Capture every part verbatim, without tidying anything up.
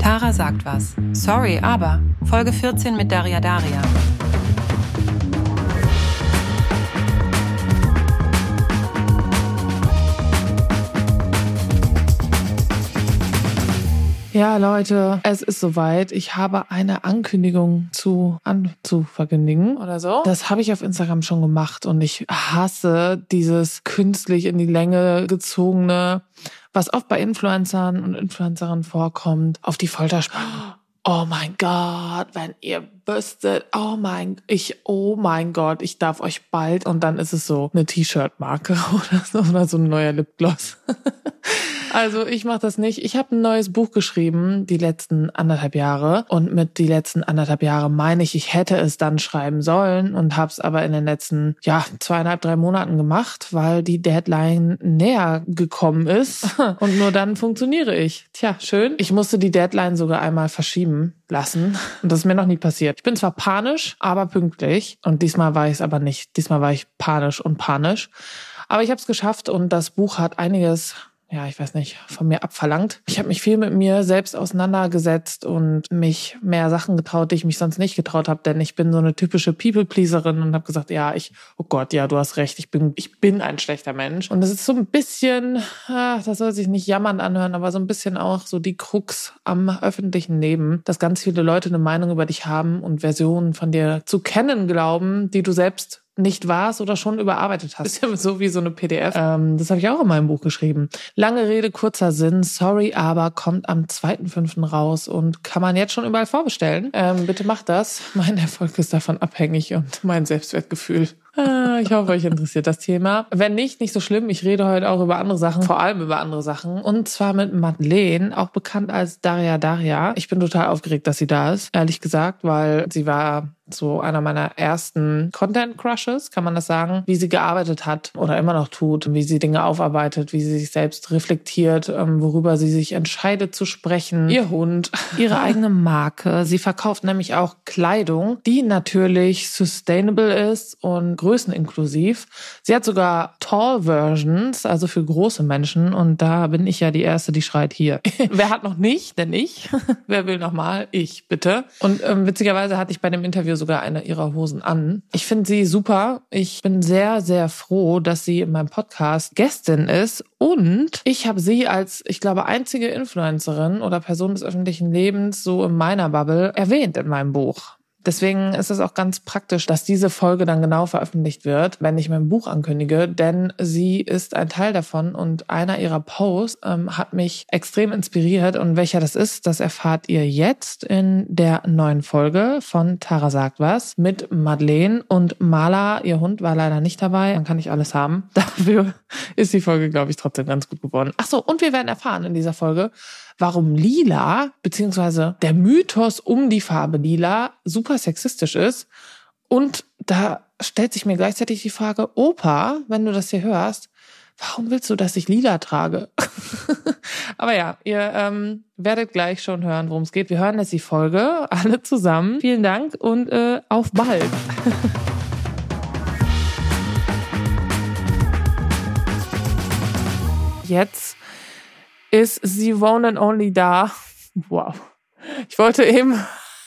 Tara sagt was. Sorry, aber. Folge vierzehn mit Daria Daria. Ja, Leute, es ist soweit. Ich habe eine Ankündigung zu anzuverkündigen oder so. Das habe ich auf Instagram schon gemacht und ich hasse dieses künstlich in die Länge gezogene, was oft bei Influencern und Influencerinnen vorkommt, auf die Folter spannen. Oh mein Gott, wenn ihr wüsstet, oh mein, ich, oh mein Gott, ich darf euch bald. Und dann ist es so eine T-Shirt-Marke oder so, oder so ein neuer Lipgloss. Also ich mache das nicht. Ich habe ein neues Buch geschrieben, die letzten anderthalb Jahre. Und mit die letzten anderthalb Jahre meine ich, ich hätte es dann schreiben sollen und habe es aber in den letzten, ja, zweieinhalb, drei Monaten gemacht, weil die Deadline näher gekommen ist. Und nur dann funktioniere ich. Tja, schön. Ich musste die Deadline sogar einmal verschieben lassen. Und das ist mir noch nie passiert. Ich bin zwar panisch, aber pünktlich. Und diesmal war ich es aber nicht. Diesmal war ich panisch und panisch. Aber ich habe es geschafft und das Buch hat einiges, ja, ich weiß nicht, von mir abverlangt. Ich habe mich viel mit mir selbst auseinandergesetzt und mich mehr Sachen getraut, die ich mich sonst nicht getraut habe, denn ich bin so eine typische People-Pleaserin und habe gesagt, ja, ich, oh Gott, ja, du hast recht, ich bin ich bin ein schlechter Mensch. Und das ist so ein bisschen, ah, das soll sich nicht jammernd anhören, aber so ein bisschen auch so die Krux am öffentlichen Leben, dass ganz viele Leute eine Meinung über dich haben und Versionen von dir zu kennen glauben, die du selbst nicht warst oder schon überarbeitet hast. Das ist ja so wie so eine P D F. Ähm, das habe ich auch in meinem Buch geschrieben. Lange Rede, kurzer Sinn. Sorry, aber kommt am zweiten fünften raus und kann man jetzt schon überall vorbestellen. Ähm, bitte macht das. Mein Erfolg ist davon abhängig und mein Selbstwertgefühl. Ah, ich hoffe, euch interessiert das Thema. Wenn nicht, nicht so schlimm. Ich rede heute auch über andere Sachen, vor allem über andere Sachen. Und zwar mit Madeleine, auch bekannt als Daria Daria. Ich bin total aufgeregt, dass sie da ist, ehrlich gesagt, weil sie war so einer meiner ersten Content-Crushes, kann man das sagen, wie sie gearbeitet hat oder immer noch tut, wie sie Dinge aufarbeitet, wie sie sich selbst reflektiert, worüber sie sich entscheidet zu sprechen. Ihr Hund, ihre eigene Marke. Sie verkauft nämlich auch Kleidung, die natürlich sustainable ist und größeninklusiv. Sie hat sogar Tall-Versions, also für große Menschen. Und da bin ich ja die Erste, die schreit hier. Wer hat noch nicht? Denn ich. Wer will noch mal? Ich, bitte. Und ähm, witzigerweise hatte ich bei dem Interview sogar eine ihrer Hosen an. Ich finde sie super. Ich bin sehr, sehr froh, dass sie in meinem Podcast Gästin ist. Und ich habe sie als, ich glaube, einzige Influencerin oder Person des öffentlichen Lebens so in meiner Bubble erwähnt in meinem Buch. Deswegen ist es auch ganz praktisch, dass diese Folge dann genau veröffentlicht wird, wenn ich mein Buch ankündige, denn sie ist ein Teil davon und einer ihrer Posts ähm, hat mich extrem inspiriert und welcher das ist, das erfahrt ihr jetzt in der neuen Folge von Tara sagt was mit Madeleine und Mala, ihr Hund, war leider nicht dabei, man kann nicht alles haben. Dafür ist die Folge, glaube ich, trotzdem ganz gut geworden. Ach so, und wir werden erfahren in dieser Folge, warum Lila, beziehungsweise der Mythos um die Farbe Lila super sexistisch ist. Und da stellt sich mir gleichzeitig die Frage, Opa, wenn du das hier hörst, warum willst du, dass ich Lila trage? Aber ja, ihr ähm, werdet gleich schon hören, worum es geht. Wir hören jetzt die Folge, alle zusammen. Vielen Dank und äh, auf bald. Jetzt ist the one and only da. Wow. Ich wollte eben,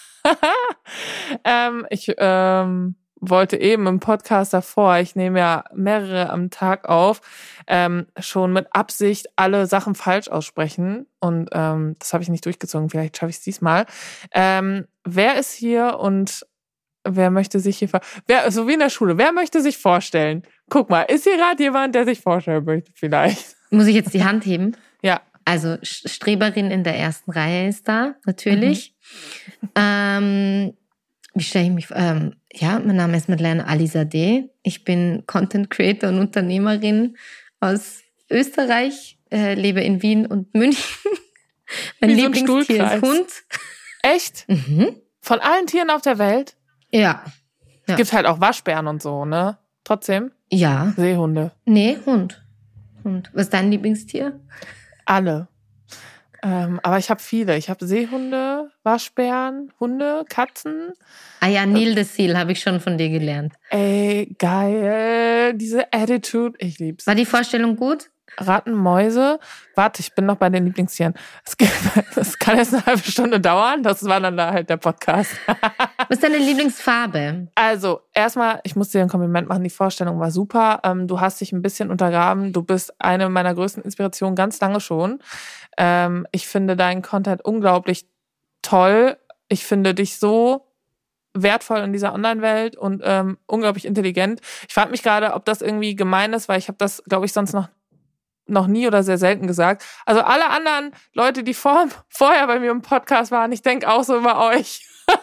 ähm, ich ähm, wollte eben im Podcast davor, ich nehme ja mehrere am Tag auf, ähm, schon mit Absicht alle Sachen falsch aussprechen. Und ähm, das habe ich nicht durchgezogen. Vielleicht schaffe ich es diesmal. Ähm, wer ist hier und wer möchte sich hier, ver- wer, so wie in der Schule, wer möchte sich vorstellen? Guck mal, ist hier gerade jemand, der sich vorstellen möchte vielleicht? Muss ich jetzt die Hand heben? Ja. Also Streberin in der ersten Reihe ist da, natürlich. Mhm. Ähm, wie stelle ich mich vor? Ähm, ja, mein Name ist Madeleine Alizadeh. Ich bin Content Creator und Unternehmerin aus Österreich, äh, lebe in Wien und München. Mein Wie so ein Lieblingstier ist Hund. Echt? Mhm. Von allen Tieren auf der Welt? Ja. Es gibt halt auch Waschbären und so, ne? Trotzdem? Ja. Seehunde? Nee, Hund. Hund. Was ist dein Lieblingstier? Alle. Ähm, aber ich habe viele. Ich habe Seehunde, Waschbären, Hunde, Katzen. Ah ja, Nil de Seal habe ich schon von dir gelernt. Ey, geil. Diese Attitude. Ich lieb's. War die Vorstellung gut? Ratten, Mäuse. Warte, ich bin noch bei den Lieblingstieren. Es das kann jetzt eine halbe Stunde dauern. Das war dann da halt der Podcast. Was ist deine Lieblingsfarbe? Also, erstmal, ich muss dir ein Kompliment machen. Die Vorstellung war super. Ähm, du hast dich ein bisschen untergraben. Du bist eine meiner größten Inspirationen ganz lange schon. Ähm, ich finde deinen Content unglaublich toll. Ich finde dich so wertvoll in dieser Online-Welt und ähm, unglaublich intelligent. Ich frage mich gerade, ob das irgendwie gemein ist, weil ich habe das, glaube ich, sonst noch noch nie oder sehr selten gesagt. Also alle anderen Leute, die vor, vorher bei mir im Podcast waren, ich denke auch so über euch.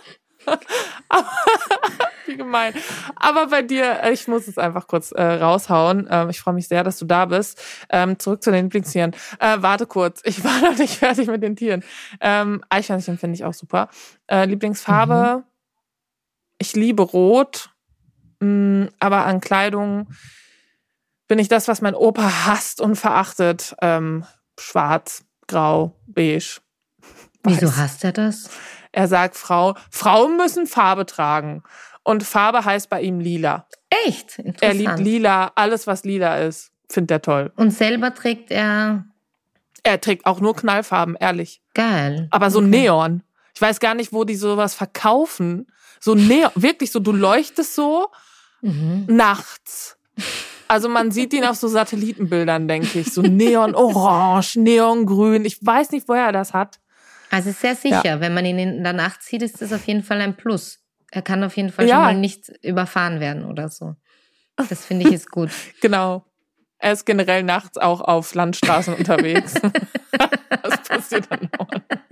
Wie gemein. Aber bei dir, ich muss es einfach kurz äh, raushauen. Ähm, ich freue mich sehr, dass du da bist. Ähm, zurück zu den Lieblingstieren. Äh, warte kurz, ich war noch nicht fertig mit den Tieren. Ähm, Eichhörnchen finde ich auch super. Äh, Lieblingsfarbe, mhm. Ich liebe Rot, mh, aber an Kleidung bin ich das, was mein Opa hasst und verachtet. Ähm, schwarz, grau, beige. Weiß. Wieso hasst er das? Er sagt, Frau, Frauen müssen Farbe tragen. Und Farbe heißt bei ihm lila. Echt? Interessant. Er liebt lila, alles was lila ist, findet er toll. Und selber trägt er? Er trägt auch nur Knallfarben, ehrlich. Geil. Aber so okay. Neon. Ich weiß gar nicht, wo die sowas verkaufen. So Neon, wirklich so, du leuchtest so mhm. nachts. Also man sieht ihn auf so Satellitenbildern, denke ich. So Neon-Orange, Neongrün. Ich weiß nicht, woher er das hat. Also sehr sicher, ja. Wenn man ihn in der Nacht sieht, ist das auf jeden Fall ein Plus. Er kann auf jeden Fall ja. schon mal nicht überfahren werden oder so. Das finde ich ist gut. Genau. Er ist generell nachts auch auf Landstraßen unterwegs. Das passiert dann auch.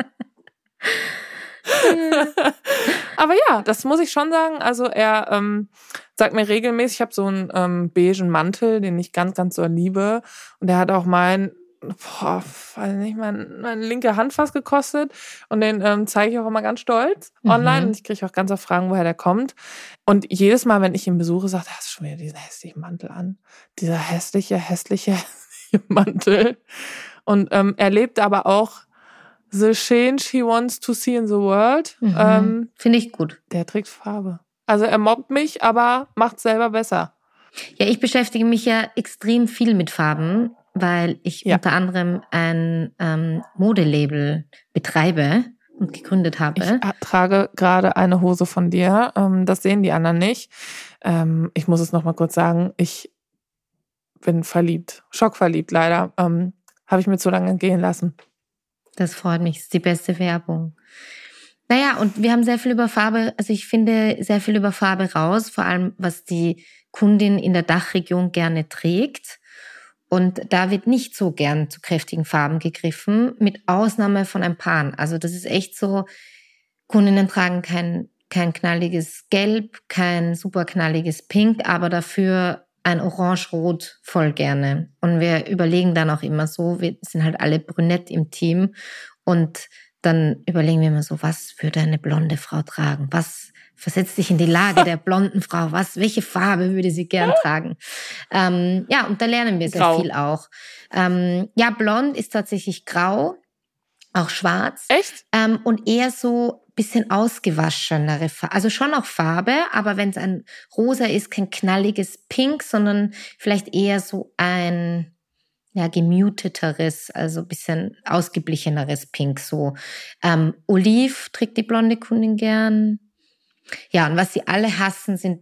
Aber ja, das muss ich schon sagen. Also er ähm, sagt mir regelmäßig, ich habe so einen ähm, beigen Mantel, den ich ganz, ganz so liebe. Und der hat auch mein, boah, weiß nicht, mein, meine linke Hand fast gekostet. Und den ähm, zeige ich auch immer ganz stolz online. Mhm. Und ich kriege auch ganz oft Fragen, woher der kommt. Und jedes Mal, wenn ich ihn besuche, sagt er, hast du schon wieder diesen hässlichen Mantel an? Dieser hässliche, hässliche, hässliche Mantel. Und ähm, er lebt aber auch the change he wants to see in the world. Mhm. Ähm, Finde ich gut. Der trägt Farbe. Also er mobbt mich, aber macht selber besser. Ja, ich beschäftige mich ja extrem viel mit Farben, weil ich ja. unter anderem ein ähm, Modelabel betreibe und gegründet habe. Ich trage gerade eine Hose von dir. Ähm, das sehen die anderen nicht. Ähm, ich muss es noch mal kurz sagen. Ich bin verliebt. Schockverliebt leider. Ähm, habe ich mir zu lange gehen lassen. Das freut mich, das ist die beste Werbung. Naja, und wir haben sehr viel über Farbe, also ich finde sehr viel über Farbe raus, vor allem was die Kundin in der Dachregion gerne trägt. Und da wird nicht so gern zu kräftigen Farben gegriffen, mit Ausnahme von ein paar. Also das ist echt so, Kundinnen tragen kein, kein knalliges Gelb, kein super knalliges Pink, aber dafür ein Orange-Rot voll gerne. Und wir überlegen dann auch immer so, wir sind halt alle brünett im Team und dann überlegen wir immer so, was würde eine blonde Frau tragen? Was versetzt dich in die Lage der blonden Frau? Was, welche Farbe würde sie gern tragen? Ähm, ja, und da lernen wir sehr grau. viel auch. Ähm, ja, blond ist tatsächlich grau, auch schwarz. Echt? Ähm, und eher so bisschen ausgewaschenere Farbe. Also schon auch Farbe, aber wenn es ein rosa ist, kein knalliges Pink, sondern vielleicht eher so ein ja gemuteteres, also ein bisschen ausgeblicheneres Pink. So ähm, Oliv trägt die blonde Kundin gern. Ja, und was sie alle hassen, sind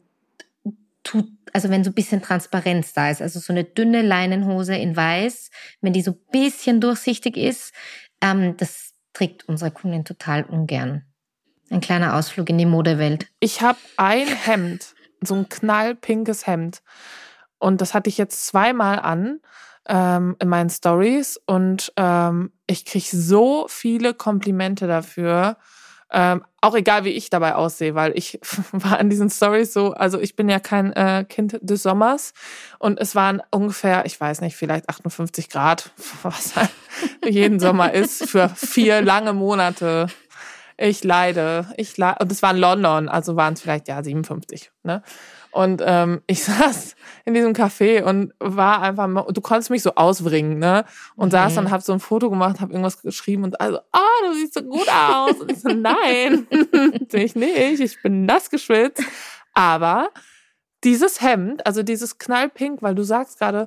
tut, also wenn so ein bisschen Transparenz da ist, also so eine dünne Leinenhose in weiß, wenn die so ein bisschen durchsichtig ist, ähm, das trägt unsere Kundin total ungern. Ein kleiner Ausflug in die Modewelt. Ich habe ein Hemd, so ein knallpinkes Hemd. Und das hatte ich jetzt zweimal an ähm, in meinen Stories. Und ähm, ich kriege so viele Komplimente dafür. Ähm, auch egal, wie ich dabei aussehe, weil ich war in diesen Stories so, also ich bin ja kein äh, Kind des Sommers. Und es waren ungefähr, ich weiß nicht, vielleicht achtundfünfzig Grad, was halt jeden Sommer ist, für vier lange Monate. Ich leide, ich leide. Und es war in London, also waren es vielleicht ja siebenundfünfzig. Ne? Und ähm, ich saß in diesem Café und war einfach, du konntest mich so ausbringen, ne? Und mhm. saß dann, hab so ein Foto gemacht, hab irgendwas geschrieben und also, ah, oh, du siehst so gut aus. Und ich so, nein, bin ich nicht, ich bin nass geschwitzt. Aber dieses Hemd, also dieses Knallpink, weil du sagst gerade,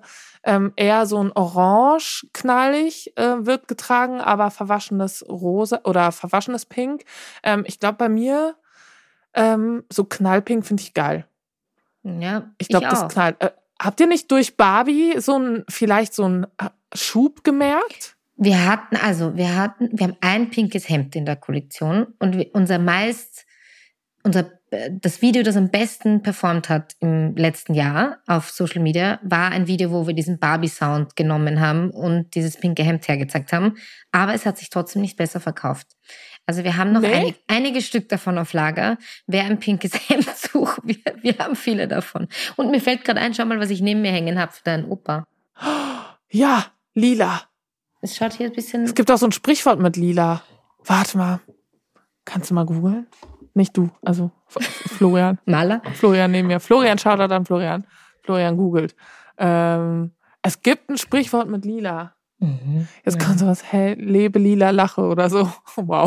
Ähm, eher so ein Orange, knallig äh, wird getragen, aber verwaschenes Rosa oder verwaschenes Pink. Ähm, ich glaube, bei mir ähm, so knallpink finde ich geil. Ja, Ich glaube, ich das auch. knallt. Äh, habt ihr nicht durch Barbie so ein, vielleicht so einen Schub gemerkt? Wir hatten, also, wir hatten, wir haben ein pinkes Hemd in der Kollektion und wir, unser meist, unser, das Video, das am besten performt hat im letzten Jahr auf Social Media, war ein Video, wo wir diesen Barbie-Sound genommen haben und dieses pinke Hemd hergezeigt haben. Aber es hat sich trotzdem nicht besser verkauft. Also wir haben noch Nee? einig, einige Stück davon auf Lager. Wer ein pinkes Hemd sucht, wir, wir haben viele davon. Und mir fällt gerade ein, schau mal, was ich neben mir hängen habe für deinen Opa. Ja, lila. Es schaut hier ein bisschen... Es gibt auch so ein Sprichwort mit lila. Warte mal. Kannst du mal googeln? Nicht du, also Florian. Maler? Florian neben mir. Florian, schaut da dann Florian. Florian googelt. Ähm, es gibt ein Sprichwort mit lila. Mhm, Jetzt ja. kommt sowas, hey, lebe lila, lache oder so. Wow.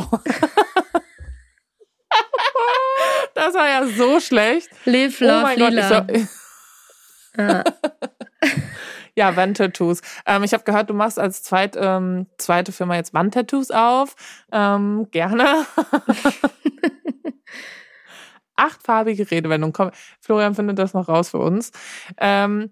Das war ja so schlecht. Live, Oh love, mein Gott, ich lila. so, Ja. ja, Wandtattoos. Ähm, ich habe gehört, du machst als zweit, ähm, zweite Firma jetzt Wandtattoos auf. Ähm, gerne. Achtfarbige Redewendung. Komm, Florian findet das noch raus für uns. Ähm,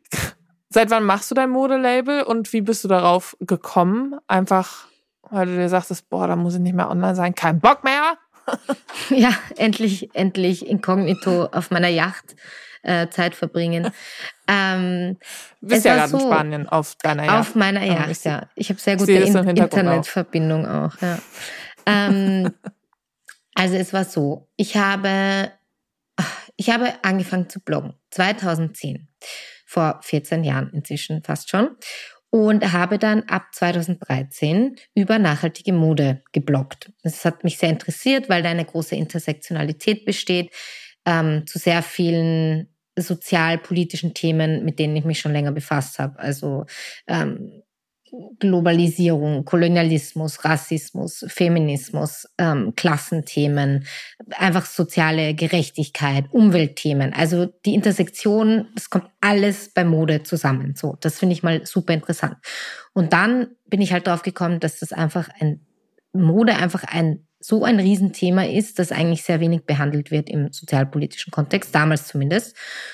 seit wann machst du dein Modelabel und wie bist du darauf gekommen? Einfach, weil du dir sagtest, boah, da muss ich nicht mehr online sein. Kein Bock mehr. Ja, endlich, endlich inkognito auf meiner Yacht äh, Zeit verbringen. Ähm, Du bist es ja war gerade in so, Spanien auf deiner Yacht. Auf meiner Ähm, Yacht, ich- ja. Ich habe sehr ich gute sehe das im In Hintergrund auch. Internetverbindung auch, ja. ähm, also es war so, ich habe, ich habe angefangen zu bloggen, zweitausendzehn, vor vierzehn Jahren inzwischen fast schon. Und habe dann ab zweitausenddreizehn über nachhaltige Mode gebloggt. Das hat mich sehr interessiert, weil da eine große Intersektionalität besteht ähm, zu sehr vielen sozialpolitischen Themen, mit denen ich mich schon länger befasst habe. Also ähm, Globalisierung, Kolonialismus, Rassismus, Feminismus, ähm, Klassenthemen, einfach soziale Gerechtigkeit, Umweltthemen. Also die Intersektion, es kommt alles bei Mode zusammen. So, das finde ich mal super interessant. Und dann bin ich halt drauf gekommen, dass das einfach ein Mode einfach ein so ein Riesenthema ist, das eigentlich sehr wenig behandelt wird im sozialpolitischen Kontext, damals zumindest.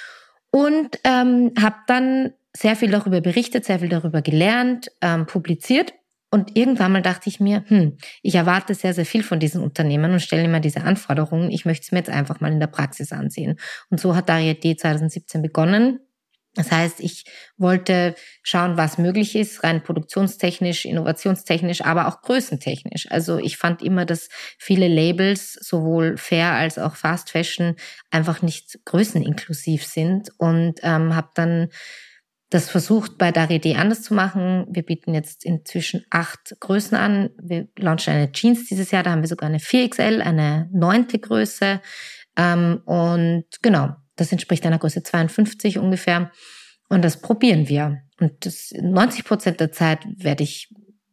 Und ähm, habe dann sehr viel darüber berichtet, sehr viel darüber gelernt, ähm, publiziert. Und irgendwann mal dachte ich mir, hm, ich erwarte sehr, sehr viel von diesen Unternehmen und stelle immer diese Anforderungen. Ich möchte es mir jetzt einfach mal in der Praxis ansehen. Und so hat Ariete zweitausendsiebzehn begonnen. Das heißt, ich wollte schauen, was möglich ist, rein produktionstechnisch, innovationstechnisch, aber auch größentechnisch. Also ich fand immer, dass viele Labels, sowohl Fair als auch Fast Fashion, einfach nicht größeninklusiv sind und ähm, habe dann das versucht, bei Ariete anders zu machen. Wir bieten jetzt inzwischen acht Größen an. Wir launchen eine Jeans dieses Jahr, da haben wir sogar eine vier X L, eine neunte Größe. Ähm, und genau, das entspricht einer Größe zweiundfünfzig ungefähr. Und das probieren wir. Und das neunzig Prozent der Zeit werde ich,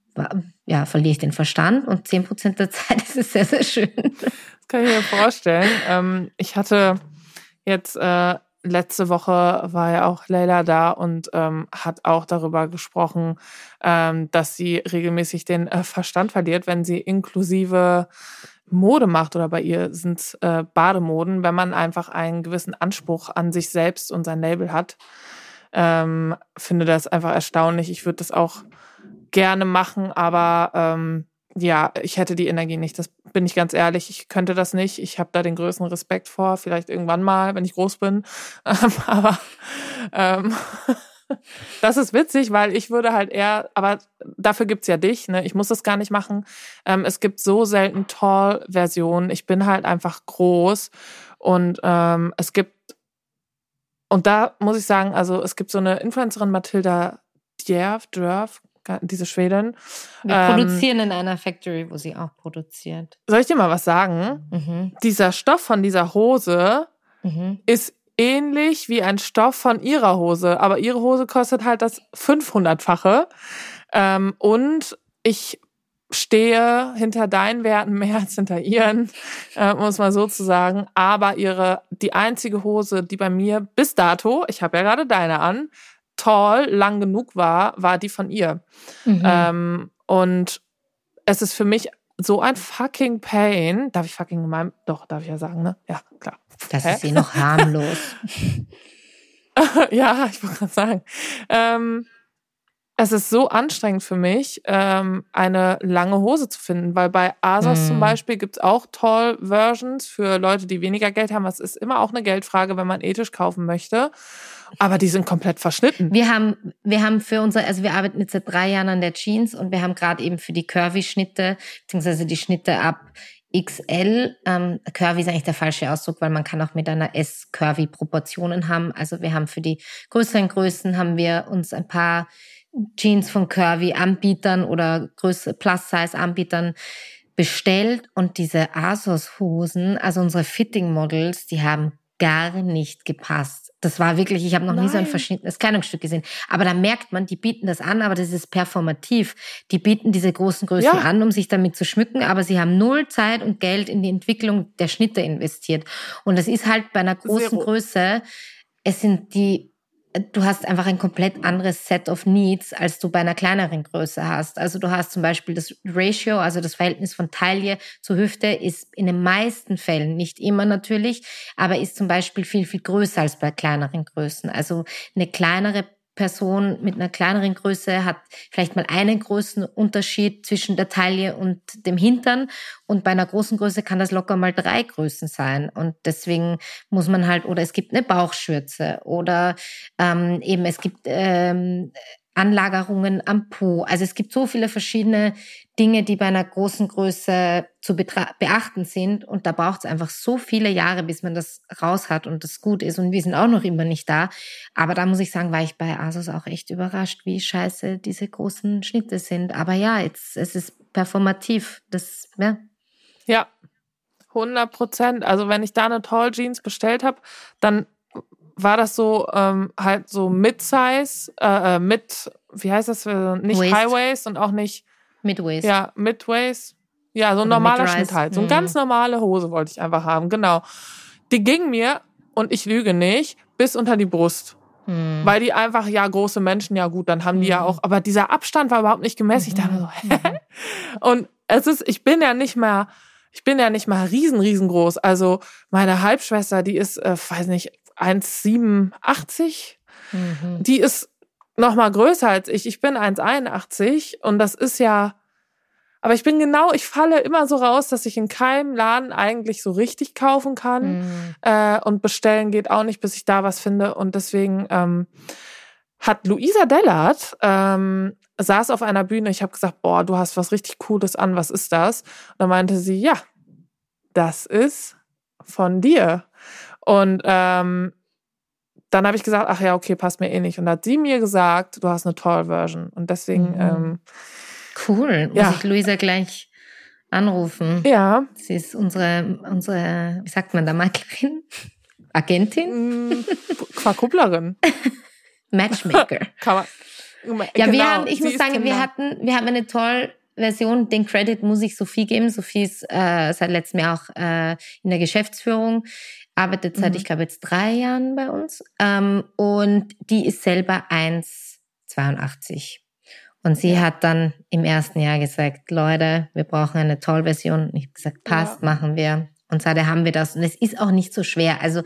ja, verliere ich den Verstand und zehn Prozent der Zeit ist es sehr, sehr schön. Das kann ich mir vorstellen. Ähm, ich hatte jetzt äh, letzte Woche war ja auch Leila da und ähm, hat auch darüber gesprochen, ähm, dass sie regelmäßig den äh, Verstand verliert, wenn sie inklusive Mode macht, oder bei ihr sind es äh, Bademoden, wenn man einfach einen gewissen Anspruch an sich selbst und sein Label hat. Ähm, finde das einfach erstaunlich. Ich würde das auch gerne machen, aber ähm, ja, ich hätte die Energie nicht. Das bin ich ganz ehrlich. Ich könnte das nicht. Ich habe da den größten Respekt vor. Vielleicht irgendwann mal, wenn ich groß bin. Ähm, aber ähm, das ist witzig, weil ich würde halt eher, aber dafür gibt's ja dich, ne? Ich muss das gar nicht machen. Ähm, es gibt so selten Tall-Versionen. Ich bin halt einfach groß und ähm, es gibt, und da muss ich sagen, also es gibt so eine Influencerin, Mathilda Djerf, Djerf, diese Schwedin. Wir ähm, produzieren in einer Factory, wo sie auch produziert. Soll ich dir mal was sagen? Mhm. Dieser Stoff von dieser Hose Mhm. ist ähnlich wie ein Stoff von ihrer Hose, aber ihre Hose kostet halt das fünfhundertfache. Ähm, und ich stehe hinter deinen Werten mehr als hinter ihren, äh, um es mal so zu sagen. Aber ihre die einzige Hose, die bei mir bis dato, ich habe ja gerade deine an, tall, lang genug war, war die von ihr. Mhm. Ähm, und es ist für mich so ein fucking Pain. Darf ich fucking in meinem... Doch, darf ich ja sagen, ne? Ja, klar. Das Hä? ist eh noch harmlos. Ja, ich wollte gerade sagen. Ähm, es ist so anstrengend für mich, ähm, eine lange Hose zu finden, weil bei ASOS mm. zum Beispiel gibt es auch Tall-Versions für Leute, die weniger Geld haben. Das ist immer auch eine Geldfrage, wenn man ethisch kaufen möchte. Aber die sind komplett verschnitten. Wir haben, wir haben für unser, also wir arbeiten jetzt seit drei Jahren an der Jeans und wir haben gerade eben für die Curvy-Schnitte, beziehungsweise die Schnitte ab X L, ähm, Curvy ist eigentlich der falsche Ausdruck, weil man kann auch mit einer S Curvy Proportionen haben. Also wir haben für die größeren Größen haben wir uns ein paar Jeans von Curvy Anbietern oder Größe Plus Size Anbietern bestellt und diese ASOS Hosen, also unsere Fitting Models, die haben gar nicht gepasst. Das war wirklich, ich habe noch Nein. nie so ein verschnittenes Kleidungsstück gesehen. Aber da merkt man, die bieten das an, aber das ist performativ. Die bieten diese großen Größen ja. an, um sich damit zu schmücken, aber sie haben null Zeit und Geld in die Entwicklung der Schnitte investiert. Und das ist halt bei einer großen Zero. Größe, es sind die, du hast einfach ein komplett anderes Set of Needs, als du bei einer kleineren Größe hast. Also du hast zum Beispiel das Ratio, also das Verhältnis von Taille zu Hüfte ist in den meisten Fällen, nicht immer natürlich, aber ist zum Beispiel viel, viel größer als bei kleineren Größen. Also eine kleinere Person mit einer kleineren Größe hat vielleicht mal einen großen Unterschied zwischen der Taille und dem Hintern und bei einer großen Größe kann das locker mal drei Größen sein und deswegen muss man halt, oder es gibt eine Bauchschürze oder ähm, eben es gibt ähm, Anlagerungen am Po. Also es gibt so viele verschiedene Dinge, die bei einer großen Größe zu betra- beachten sind und da braucht es einfach so viele Jahre, bis man das raus hat und das gut ist und wir sind auch noch immer nicht da. Aber da muss ich sagen, war ich bei ASOS auch echt überrascht, wie scheiße diese großen Schnitte sind. Aber ja, jetzt es ist performativ. Das, ja. Ja, hundert Prozent. Also wenn ich da eine Tall Jeans bestellt habe, dann war das so ähm, halt so Mid-Size, äh, mit, wie heißt das, nicht Waist. High-Waist und auch nicht Mid-Waist. Ja, Mid-Waist. Ja, so ein Oder normaler Mid-Rise. Schnitt halt. So eine Mhm. ganz normale Hose wollte ich einfach haben, genau. Die ging mir, und ich lüge nicht, bis unter die Brust. Mhm. Weil die einfach, ja, große Menschen, ja gut, dann haben die Mhm. ja auch, aber dieser Abstand war überhaupt nicht gemessen. Ich dachte mir so, hä? Und es ist, ich bin ja nicht mehr, ich bin ja nicht mal riesen, riesengroß. Also meine Halbschwester, die ist, äh, weiß nicht, eins Komma siebenundachtzig. Mhm. Die ist noch mal größer als ich. Ich bin eins Komma einundachtzig und das ist ja, aber ich bin genau, ich falle immer so raus, dass ich in keinem Laden eigentlich so richtig kaufen kann. Mhm. Äh, und bestellen geht auch nicht, bis ich da was finde. Und deswegen ähm, hat Luisa Dellert, ähm, saß auf einer Bühne, ich habe gesagt, boah, du hast was richtig Cooles an, was ist das? Und dann meinte sie, ja, das ist von dir. Und ähm, dann habe ich gesagt, ach ja, okay, passt mir eh nicht. Und dann hat sie mir gesagt, du hast eine Tall-Version. Und deswegen... Mhm. Ähm, Cool, muss ja. ich Luisa gleich anrufen. Ja. Sie ist unsere, unsere, wie sagt man da, Maklerin? Agentin? Mm, Quadruplerin. Matchmaker. Kann man, Ja, genau, wir haben, ich sie muss ist sagen, genau. wir hatten, wir haben eine tolle Version. Den Credit muss ich Sophie geben. Sophie ist äh, seit letztem Jahr auch äh, in der Geschäftsführung, arbeitet seit, Mhm. ich glaube, jetzt drei Jahren bei uns. Ähm, und die ist selber eins Komma zweiundachtzig. Und sie Ja. hat dann im ersten Jahr gesagt, Leute, wir brauchen eine Toll-Version. Und ich habe gesagt, passt, Ja. machen wir. Und seitdem haben wir das. Und es ist auch nicht so schwer. Also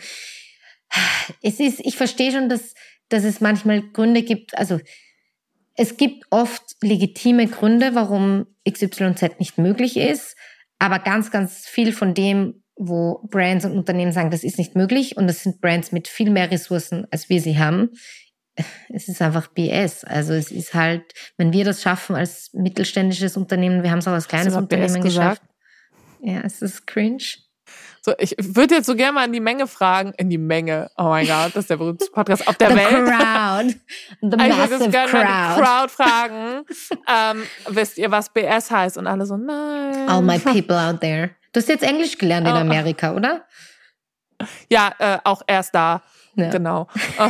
es ist, ich verstehe schon, dass, dass es manchmal Gründe gibt. Also es gibt oft legitime Gründe, warum X Y Z nicht möglich ist. Aber ganz, ganz viel von dem, wo Brands und Unternehmen sagen, das ist nicht möglich. Und das sind Brands mit viel mehr Ressourcen, als wir sie haben. Es ist einfach B S. Also es ist halt, wenn wir das schaffen als mittelständisches Unternehmen, wir haben es auch als kleines Hast du gerade B S Unternehmen geschafft. gesagt? Ja, es ist cringe. So, ich würde jetzt so gerne mal in die Menge fragen. In die Menge. Oh mein Gott, das ist der berühmteste Podcast auf der The Welt. crowd. The Ich würde massive jetzt gerne crowd. mal die Crowd fragen. ähm, wisst ihr, was B S heißt? Und alle so, nein. All my people out there. Du hast jetzt Englisch gelernt in Oh. Amerika, oder? Ja, äh, auch erst da. Ja. Genau.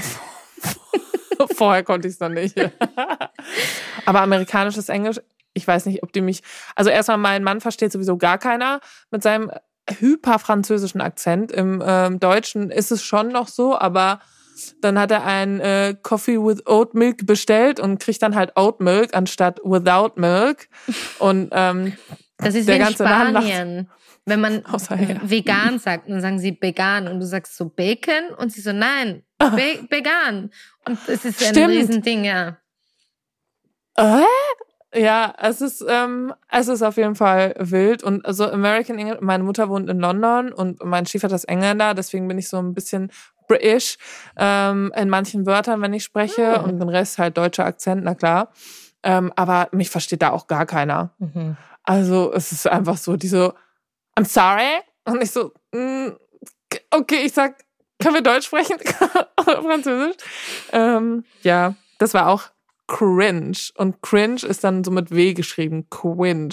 Vorher konnte ich es noch nicht. Aber amerikanisches Englisch, ich weiß nicht, ob die mich... Also erstmal, mein Mann versteht sowieso gar keiner mit seinem hyperfranzösischen Akzent. Im ähm, Deutschen ist es schon noch so, aber dann hat er ein äh, Coffee with Oat Milk bestellt und kriegt dann halt Oat Milk anstatt Without Milk. Und ähm, das ist der wie in ganze Laden Spanien. lacht. Wenn man Außer, ja. vegan sagt, dann sagen sie vegan und du sagst so Bacon und sie so, nein, Be- vegan. Und es ist ein Stimmt. Riesending, ja. Äh? Ja, es ist, ähm, es ist auf jeden Fall wild. Und also American English, meine Mutter wohnt in London und mein Stiefvater ist Engländer, deswegen bin ich so ein bisschen British ähm, in manchen Wörtern, wenn ich spreche, Mhm. und den Rest halt deutscher Akzent, na klar. Ähm, aber mich versteht da auch gar keiner. Mhm. Also es ist einfach so, die so, I'm sorry. Und ich so, mm, okay, ich sag, können wir Deutsch sprechen? Oder Französisch? Ähm, ja, das war auch cringe. Und cringe ist dann so mit W geschrieben. Cringe.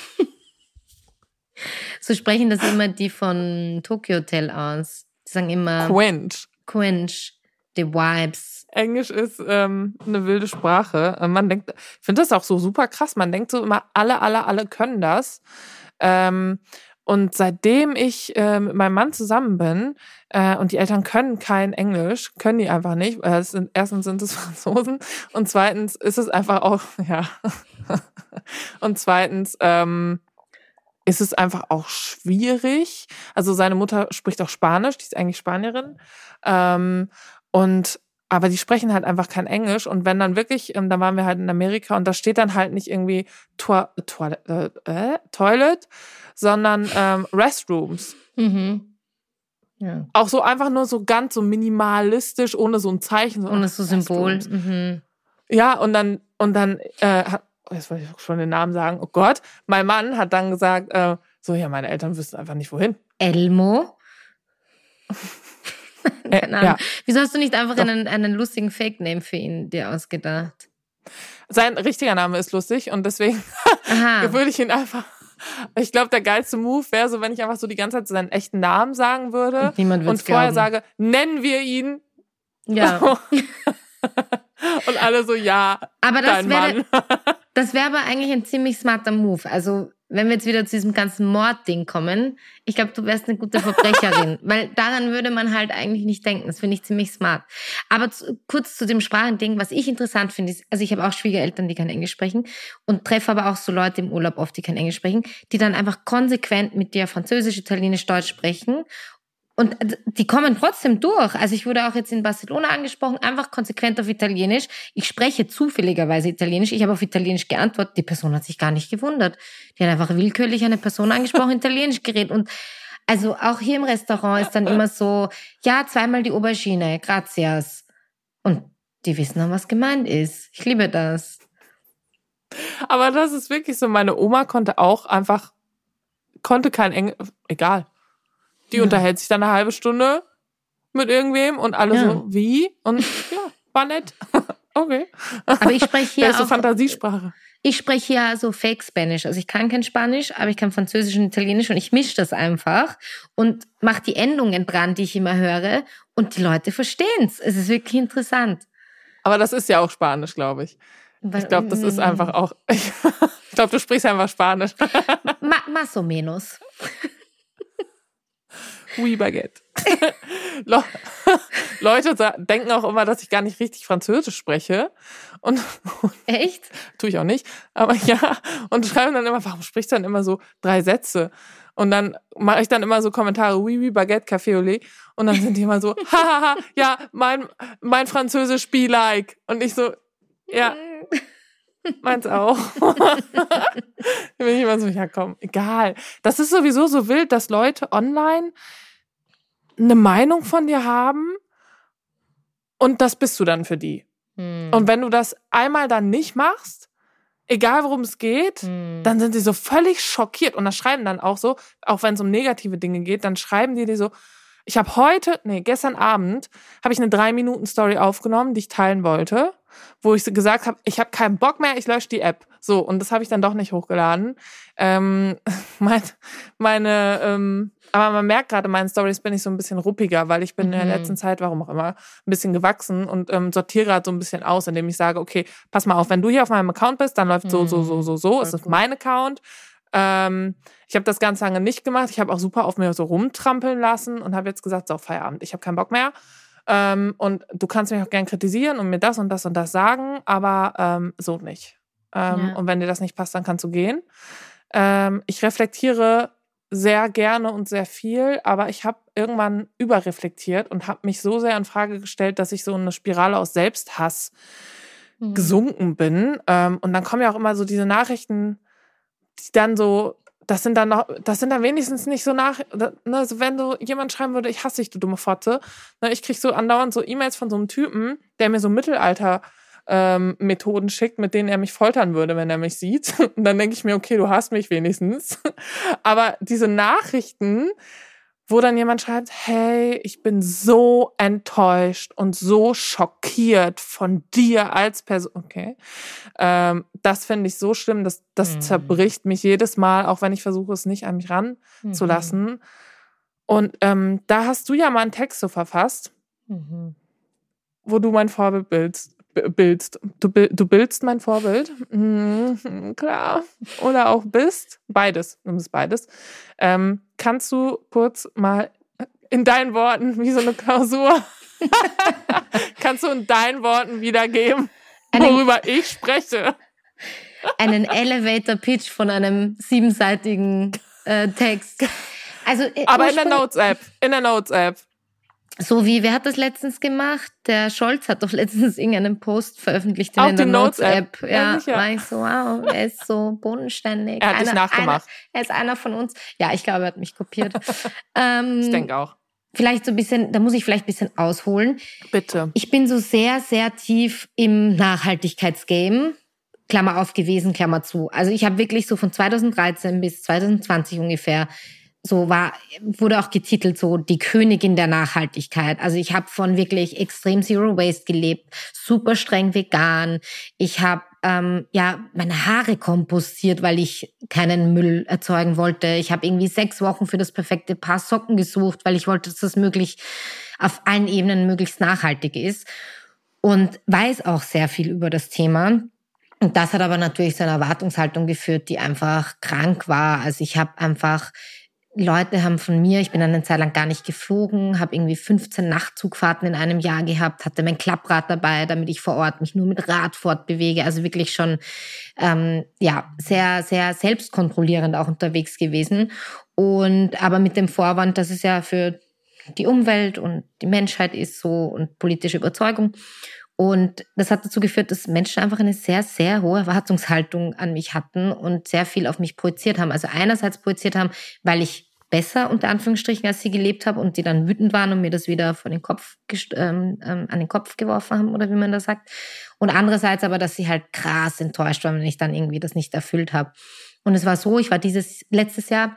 So sprechen das immer die von Tokyo Hotel aus. Die sagen immer Cringe. Cringe, the vibes. Englisch ist ähm, eine wilde Sprache. Man denkt, ich finde das auch so super krass. Man denkt so immer, alle, alle, alle können das. Ähm, und seitdem ich äh, mit meinem Mann zusammen bin äh, und die Eltern können kein Englisch, können die einfach nicht. Äh, es sind, erstens sind es Franzosen und zweitens ist es einfach auch, ja. Und zweitens ähm, ist es einfach auch schwierig. Also seine Mutter spricht auch Spanisch, die ist eigentlich Spanierin. Ähm, und aber die sprechen halt einfach kein Englisch. Und wenn dann wirklich, ähm, da waren wir halt in Amerika und da steht dann halt nicht irgendwie Toi- Toi- äh, äh, Toilet, sondern ähm, Restrooms. Mhm. Ja. Auch so einfach nur so ganz so minimalistisch, ohne so ein Zeichen. So, Ohne so Symbol. Restrooms. Mhm. Ja, und dann, und dann, äh, hat, oh, jetzt wollte ich schon den Namen sagen, oh Gott, mein Mann hat dann gesagt, äh, so, ja, meine Eltern wüssten einfach nicht, wohin. Elmo? Äh, Keine Ahnung. ja. Wieso hast du nicht einfach Doch. einen, einen lustigen Fake-Name für ihn dir ausgedacht? Sein richtiger Name ist lustig und deswegen Aha. würde ich ihn einfach. Ich glaube, der geilste Move wäre so, wenn ich einfach so die ganze Zeit seinen echten Namen sagen würde Und niemand und wird's vorher glauben. sage, nennen wir ihn. Ja. Und alle so, ja, Aber das dein wäre, Mann. das wäre aber eigentlich ein ziemlich smarter Move. Also, wenn wir jetzt wieder zu diesem ganzen Mordding kommen, ich glaube, du wärst eine gute Verbrecherin, weil daran würde man halt eigentlich nicht denken. Das finde ich ziemlich smart. Aber zu, kurz zu dem Sprachending, was ich interessant finde, ist, also ich habe auch Schwiegereltern, die kein Englisch sprechen und treffe aber auch so Leute im Urlaub oft, die kein Englisch sprechen, die dann einfach konsequent mit dir Französisch, Italienisch, Deutsch sprechen. Und die kommen trotzdem durch. Also ich wurde auch jetzt in Barcelona angesprochen, einfach konsequent auf Italienisch. Ich spreche zufälligerweise Italienisch. Ich habe auf Italienisch geantwortet. Die Person hat sich gar nicht gewundert. Die hat einfach willkürlich eine Person angesprochen, Italienisch geredet. Und also auch hier im Restaurant ist dann immer so, ja, zweimal die Aubergine, gracias. Und die wissen dann, was gemeint ist. Ich liebe das. Aber das ist wirklich so, meine Oma konnte auch einfach, konnte kein Englisch, egal. Die Ja. unterhält sich dann eine halbe Stunde mit irgendwem und alle Ja. so, wie? Und ja, war nett. Okay. Aber ich spreche hier Das ist so auch, Fantasiesprache. ich spreche hier so Fake Spanish. Also ich kann kein Spanisch, aber ich kann Französisch und Italienisch und ich mische das einfach und mache die Endungen dran, die ich immer höre und die Leute verstehen's. Es ist wirklich interessant. Aber das ist ja auch Spanisch, glaube ich. Ich glaube, das ist einfach auch, ich, ich glaube, du sprichst einfach Spanisch. Ma, más o menos. Oui, Baguette. Le- Leute sa- denken auch immer, dass ich gar nicht richtig Französisch spreche. Und Echt? tue ich auch nicht. Aber ja, und schreiben dann immer, warum sprichst du dann immer so drei Sätze? Und dann mache ich dann immer so Kommentare, oui, oui, Baguette, Café au lait. Und dann sind die immer so, hahaha, ja, mein, mein Französisch be like. Und ich so, ja, meins auch. Dann bin ich immer so, ja komm, egal. Das ist sowieso so wild, dass Leute online eine Meinung von dir haben und das bist du dann für die. Hm. Und wenn du das einmal dann nicht machst, egal worum es geht, Hm. dann sind sie so völlig schockiert und das schreiben dann auch so, auch wenn es um negative Dinge geht, dann schreiben die dir so, ich habe heute, nee, gestern Abend habe ich eine drei Minuten Story aufgenommen, die ich teilen wollte, wo ich gesagt habe, ich habe keinen Bock mehr, ich lösche die App. So, und das habe ich dann doch nicht hochgeladen. Ähm, mein, meine, ähm, aber man merkt gerade, in meinen Stories bin ich so ein bisschen ruppiger, weil ich bin Mhm. in der letzten Zeit, warum auch immer, ein bisschen gewachsen und ähm, sortiere gerade so ein bisschen aus, indem ich sage, okay, pass mal auf, wenn du hier auf meinem Account bist, dann läuft so, so, so, so, so, es ist gut. mein Account. Ähm, ich habe das ganz lange nicht gemacht. Ich habe auch super auf mir so rumtrampeln lassen und habe jetzt gesagt, so, Feierabend, ich habe keinen Bock mehr. Ähm, und du kannst mich auch gern kritisieren und mir das und das und das sagen, aber ähm, so nicht. Ähm, Ja. Und wenn dir das nicht passt, dann kannst du gehen. Ähm, ich reflektiere sehr gerne und sehr viel, aber ich habe irgendwann überreflektiert und habe mich so sehr in Frage gestellt, dass ich so in eine Spirale aus Selbsthass Mhm. gesunken bin. Ähm, und dann kommen ja auch immer so diese Nachrichten, die dann so, das sind dann noch, das sind dann wenigstens nicht so nach, ne, so wenn so jemand schreiben würde, ich hasse dich, du dumme Fotze. Ne, ich krieg so andauernd so E-Mails von so einem Typen, der mir so Mittelalter ähm, Methoden schickt, mit denen er mich foltern würde, wenn er mich sieht. Und dann denke ich mir, okay, du hast mich wenigstens. Aber diese Nachrichten, wo dann jemand schreibt, hey, ich bin so enttäuscht und so schockiert von dir als Person. Okay, ähm, das finde ich so schlimm, dass das Mhm. zerbricht mich jedes Mal, auch wenn ich versuche, es nicht an mich ranzulassen. Mhm. Und ähm, da hast du ja mal einen Text so verfasst, Mhm. wo du mein Vorbild bildst. Bildst. Du, du bildst mein Vorbild, mhm, klar. Oder auch bist. Beides. Du bist beides. Ähm, kannst du kurz mal in deinen Worten, wie so eine Klausur, kannst du in deinen Worten wiedergeben, worüber ich spreche? Einen Elevator-Pitch von einem siebenseitigen äh, Text. Also, äh, Aber in der Notes-App. In der Notes-App. So wie, wer hat das letztens gemacht? Der Scholz hat doch letztens irgendeinen Post veröffentlicht in der Notes-App. Notes ja, ja, war ich so, wow, er ist so bodenständig. Er hat einer, dich nachgemacht. Einer, er ist einer von uns. Ja, ich glaube, er hat mich kopiert. ähm, ich denke auch. Vielleicht so ein bisschen, da muss ich vielleicht ein bisschen ausholen. Bitte. Ich bin so sehr, sehr tief im Nachhaltigkeitsgame. Klammer auf gewesen, Klammer zu. Also ich habe wirklich so von zweitausenddreizehn bis zweitausendzwanzig ungefähr so war, wurde auch getitelt so die Königin der Nachhaltigkeit. Also ich habe von wirklich extrem Zero Waste gelebt, super streng vegan. Ich habe ähm, ja meine Haare kompostiert, weil ich keinen Müll erzeugen wollte. Ich habe irgendwie sechs Wochen für das perfekte Paar Socken gesucht, weil ich wollte, dass das möglich auf allen Ebenen möglichst nachhaltig ist. Und weiß auch sehr viel über das Thema. Und das hat aber natürlich zu einer Erwartungshaltung geführt, die einfach krank war. Also ich habe einfach Leute haben von mir, ich bin eine Zeit lang gar nicht geflogen, habe irgendwie fünfzehn Nachtzugfahrten in einem Jahr gehabt, hatte mein Klapprad dabei, damit ich vor Ort mich nur mit Rad fortbewege. Also wirklich schon ähm, ja sehr, sehr selbstkontrollierend auch unterwegs gewesen. Und aber mit dem Vorwand, dass es ja für die Umwelt und die Menschheit ist so und politische Überzeugung. Und das hat dazu geführt, dass Menschen einfach eine sehr, sehr hohe Erwartungshaltung an mich hatten und sehr viel auf mich projiziert haben. Also einerseits projiziert haben, weil ich besser unter Anführungsstrichen als sie gelebt habe und die dann wütend waren und mir das wieder vor den Kopf ähm, ähm, an den Kopf geworfen haben oder wie man das sagt. Und andererseits aber, dass sie halt krass enttäuscht waren, wenn ich dann irgendwie das nicht erfüllt habe. Und es war so, ich war dieses letztes Jahr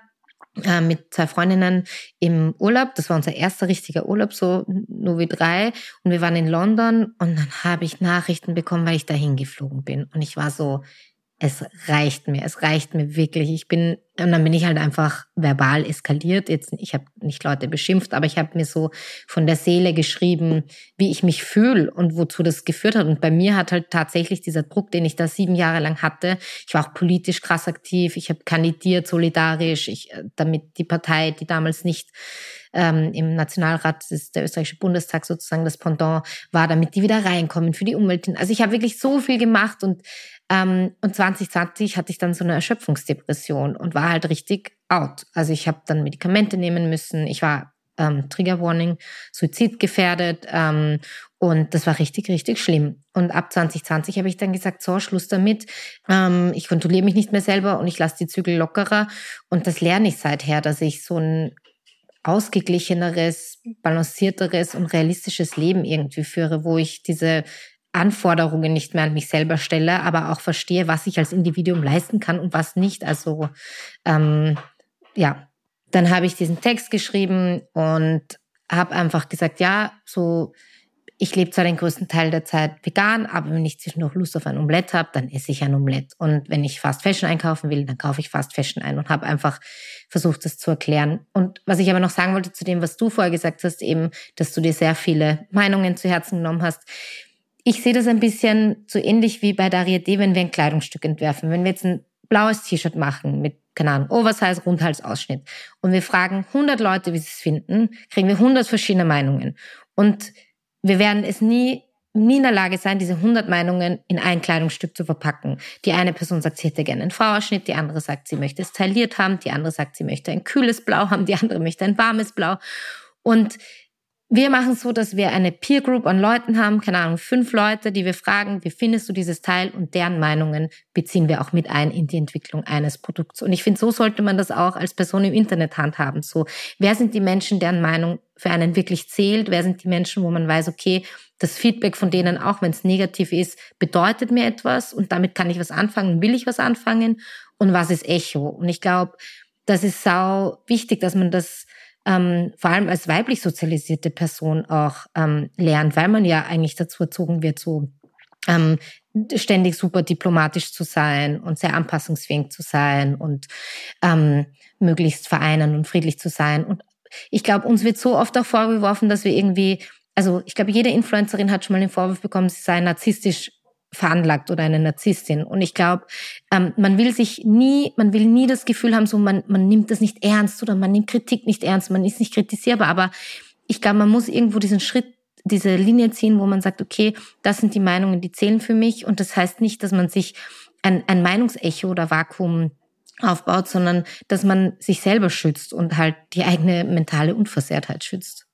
mit zwei Freundinnen im Urlaub. Das war unser erster richtiger Urlaub, so nur wie drei. Und wir waren in London und dann habe ich Nachrichten bekommen, weil ich dahin geflogen bin. Und ich war so, es reicht mir, es reicht mir wirklich. Ich bin, und dann bin ich halt einfach verbal eskaliert. Jetzt, ich habe nicht Leute beschimpft, aber ich habe mir so von der Seele geschrieben, wie ich mich fühle und wozu das geführt hat. Und bei mir hat halt tatsächlich dieser Druck, den ich da sieben Jahre lang hatte, ich war auch politisch krass aktiv, ich habe kandidiert, solidarisch, ich, damit die Partei, die damals nicht ähm, im Nationalrat, das ist der österreichische Bundestag sozusagen das Pendant war, damit die wieder reinkommen für die Umwelt. Also ich habe wirklich so viel gemacht und Ähm, und zwanzig zwanzig hatte ich dann so eine Erschöpfungsdepression und war halt richtig out. Also ich habe dann Medikamente nehmen müssen. Ich war ähm, Trigger Warning, suizidgefährdet ähm, und das war richtig, richtig schlimm. Und ab zwanzig zwanzig habe ich dann gesagt, so, Schluss damit. Ähm, ich kontrolliere mich nicht mehr selber und ich lasse die Zügel lockerer. Und das lerne ich seither, dass ich so ein ausgeglicheneres, balancierteres und realistisches Leben irgendwie führe, wo ich diese Anforderungen nicht mehr an mich selber stelle, aber auch verstehe, was ich als Individuum leisten kann und was nicht. Also ähm, ja, dann habe ich diesen Text geschrieben und habe einfach gesagt, ja, so ich lebe zwar den größten Teil der Zeit vegan, aber wenn ich zwischendurch Lust auf ein Omelett habe, dann esse ich ein Omelett. Und wenn ich Fast Fashion einkaufen will, dann kaufe ich Fast Fashion ein und habe einfach versucht, das zu erklären. Und was ich aber noch sagen wollte zu dem, was du vorher gesagt hast, eben, dass du dir sehr viele Meinungen zu Herzen genommen hast. Ich sehe das ein bisschen so ähnlich wie bei Dariette, wenn wir ein Kleidungsstück entwerfen. Wenn wir jetzt ein blaues T-Shirt machen mit, keine Ahnung, Oversize, Rundhalsausschnitt und wir fragen hundert Leute, wie sie es finden, kriegen wir hundert verschiedene Meinungen. Und wir werden es nie, nie in der Lage sein, diese hundert Meinungen in ein Kleidungsstück zu verpacken. Die eine Person sagt, sie hätte gerne einen V-Ausschnitt, die andere sagt, sie möchte es tailliert haben, die andere sagt, sie möchte ein kühles Blau haben, die andere möchte ein warmes Blau. Und wir machen es so, dass wir eine Peer Group an Leuten haben, keine Ahnung, fünf Leute, die wir fragen, wie findest du dieses Teil, und deren Meinungen beziehen wir auch mit ein in die Entwicklung eines Produkts. Und ich finde, so sollte man das auch als Person im Internet handhaben. So, wer sind die Menschen, deren Meinung für einen wirklich zählt? Wer sind die Menschen, wo man weiß, okay, das Feedback von denen, auch wenn es negativ ist, bedeutet mir etwas und damit kann ich was anfangen, will ich was anfangen, und was ist Echo? Und ich glaube, das ist sau wichtig, dass man das Ähm, vor allem als weiblich sozialisierte Person auch ähm, lernt, weil man ja eigentlich dazu erzogen wird, so ähm, ständig super diplomatisch zu sein und sehr anpassungsfähig zu sein und ähm, möglichst vereinen und friedlich zu sein. Und ich glaube, uns wird so oft auch vorgeworfen, dass wir irgendwie, also ich glaube, jede Influencerin hat schon mal den Vorwurf bekommen, sie sei narzisstisch veranlagt oder eine Narzisstin. Und ich glaube, ähm, man will sich nie, man will nie das Gefühl haben, so man, man nimmt das nicht ernst oder man nimmt Kritik nicht ernst, man ist nicht kritisierbar. Aber ich glaube, man muss irgendwo diesen Schritt, diese Linie ziehen, wo man sagt, okay, das sind die Meinungen, die zählen für mich. Und das heißt nicht, dass man sich ein, ein Meinungsecho oder Vakuum aufbaut, sondern dass man sich selber schützt und halt die eigene mentale Unversehrtheit schützt.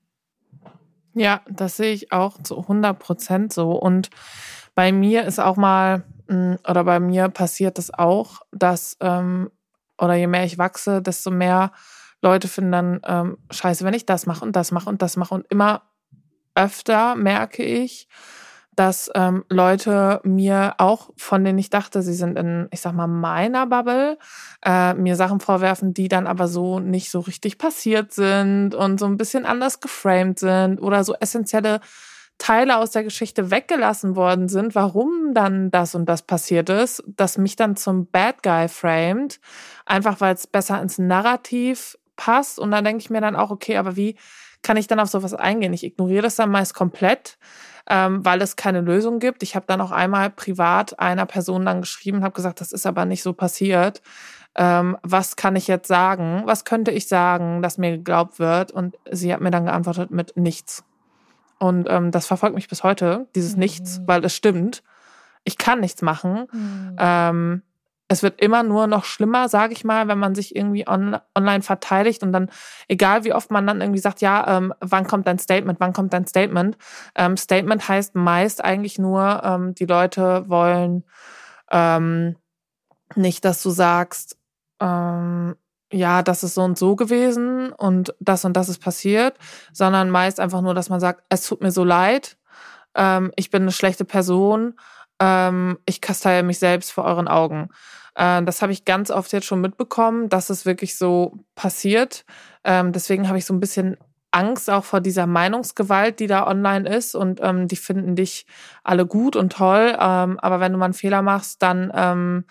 Ja, das sehe ich auch zu hundert Prozent so. Und bei mir ist auch mal, oder bei mir passiert das auch, dass, ähm, oder je mehr ich wachse, desto mehr Leute finden dann, ähm, scheiße, wenn ich das mache und das mache und das mache. Und immer öfter merke ich, dass ähm, Leute mir auch, von denen ich dachte, sie sind in, ich sag mal, meiner Bubble, äh, mir Sachen vorwerfen, die dann aber so nicht so richtig passiert sind und so ein bisschen anders geframed sind oder so essentielle Teile aus der Geschichte weggelassen worden sind, warum dann das und das passiert ist, das mich dann zum Bad Guy framed, einfach weil es besser ins Narrativ passt. Und dann denke ich mir dann auch, okay, aber wie kann ich dann auf sowas eingehen? Ich ignoriere das dann meist komplett, ähm, weil es keine Lösung gibt. Ich habe dann auch einmal privat einer Person dann geschrieben, habe gesagt, das ist aber nicht so passiert. Ähm, was kann ich jetzt sagen? Was könnte ich sagen, dass mir geglaubt wird? Und sie hat mir dann geantwortet mit nichts. Und ähm, das verfolgt mich bis heute, dieses mhm. Nichts, weil es stimmt. Ich kann nichts machen. Mhm. Ähm, es wird immer nur noch schlimmer, sage ich mal, wenn man sich irgendwie on- online verteidigt und dann, egal wie oft man dann irgendwie sagt, ja, ähm, wann kommt dein Statement, wann kommt dein Statement? Ähm, Statement heißt meist eigentlich nur, ähm, die Leute wollen ähm, nicht, dass du sagst, ähm, ja, das ist so und so gewesen und das und das ist passiert, sondern meist einfach nur, dass man sagt, es tut mir so leid, ähm, ich bin eine schlechte Person, ähm, ich kasteiere mich selbst vor euren Augen. Äh, das habe ich ganz oft jetzt schon mitbekommen, dass es wirklich so passiert. Ähm, deswegen habe ich so ein bisschen Angst auch vor dieser Meinungsgewalt, die da online ist, und ähm, die finden dich alle gut und toll, ähm, aber wenn du mal einen Fehler machst, dann ähm,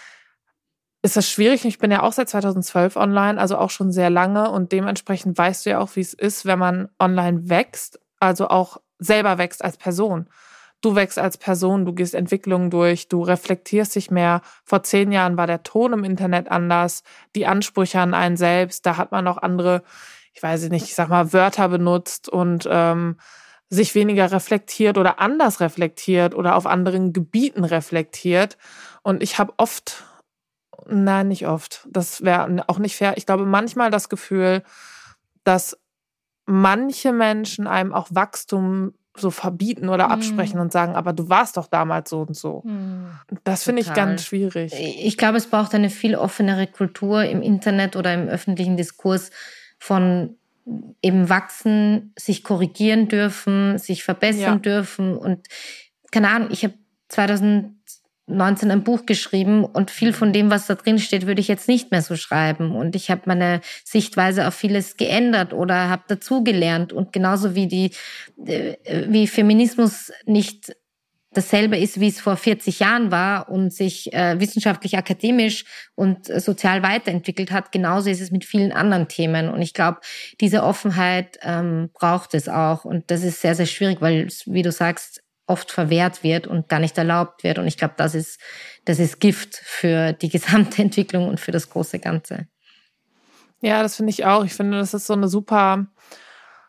ist das schwierig. Ich bin ja auch seit zweitausendzwölf online, also auch schon sehr lange, und dementsprechend weißt du ja auch, wie es ist, wenn man online wächst, also auch selber wächst als Person. Du wächst als Person, du gehst Entwicklungen durch, du reflektierst dich mehr. Vor zehn Jahren war der Ton im Internet anders, die Ansprüche an einen selbst, da hat man noch andere, ich weiß nicht, ich sag mal, Wörter benutzt und ähm, sich weniger reflektiert oder anders reflektiert oder auf anderen Gebieten reflektiert. Und ich habe oft Nein, nicht oft. Das wäre auch nicht fair. Ich glaube, manchmal das Gefühl, dass manche Menschen einem auch Wachstum so verbieten oder absprechen mm. und sagen, aber du warst doch damals so und so. Mm. Das finde ich ganz schwierig. Ich glaube, es braucht eine viel offenere Kultur im Internet oder im öffentlichen Diskurs von eben wachsen, sich korrigieren dürfen, sich verbessern ja. dürfen. Und keine Ahnung, ich habe zweitausendneunzehn ein Buch geschrieben und viel von dem, was da drin steht, würde ich jetzt nicht mehr so schreiben. Und ich habe meine Sichtweise auf vieles geändert oder habe dazugelernt. Und genauso wie die, wie Feminismus nicht dasselbe ist, wie es vor vierzig Jahren war und sich äh, wissenschaftlich, akademisch und äh, sozial weiterentwickelt hat, genauso ist es mit vielen anderen Themen. Und ich glaube, diese Offenheit ähm, braucht es auch. Und das ist sehr, sehr schwierig, weil, wie du sagst, oft verwehrt wird und gar nicht erlaubt wird. Und ich glaube, das ist, das ist Gift für die gesamte Entwicklung und für das große Ganze. Ja, das finde ich auch. Ich finde, das ist so eine super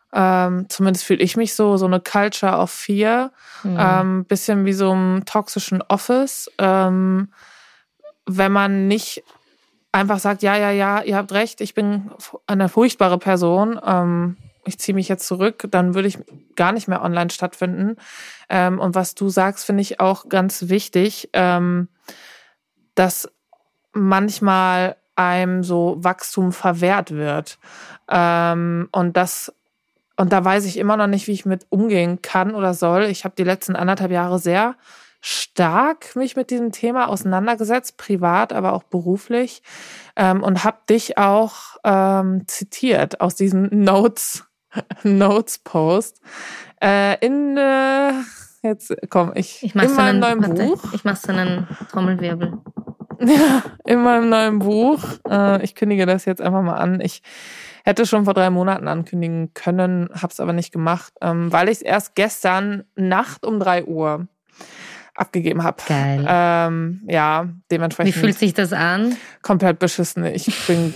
ähm, zumindest fühle ich mich so, so eine Culture of Fear, mhm. ähm, bisschen wie so ein toxischen Office. Ähm, wenn man nicht einfach sagt, ja, ja, ja, ihr habt recht, ich bin eine furchtbare Person, ähm, ich ziehe mich jetzt zurück, dann würde ich gar nicht mehr online stattfinden. Ähm, und was du sagst, finde ich auch ganz wichtig, ähm, dass manchmal einem so Wachstum verwehrt wird. Ähm, und das, und da weiß ich immer noch nicht, wie ich mit umgehen kann oder soll. Ich habe die letzten anderthalb Jahre sehr stark mich mit diesem Thema auseinandergesetzt, privat, aber auch beruflich, ähm, und habe dich auch ähm, zitiert aus diesem Notes Notes Post äh, in äh, jetzt komm ich, ich mach in so meinem einen, neuen warte, Buch ich mache so einen Trommelwirbel. ja, in meinem neuen Buch äh, ich kündige das jetzt einfach mal an. Ich hätte schon vor drei Monaten ankündigen können, habe es aber nicht gemacht, ähm, weil ich es erst gestern Nacht um drei Uhr abgegeben habe. Geil. Ähm, ja, dementsprechend. Wie fühlt sich das an? Komplett beschissen. Ich bin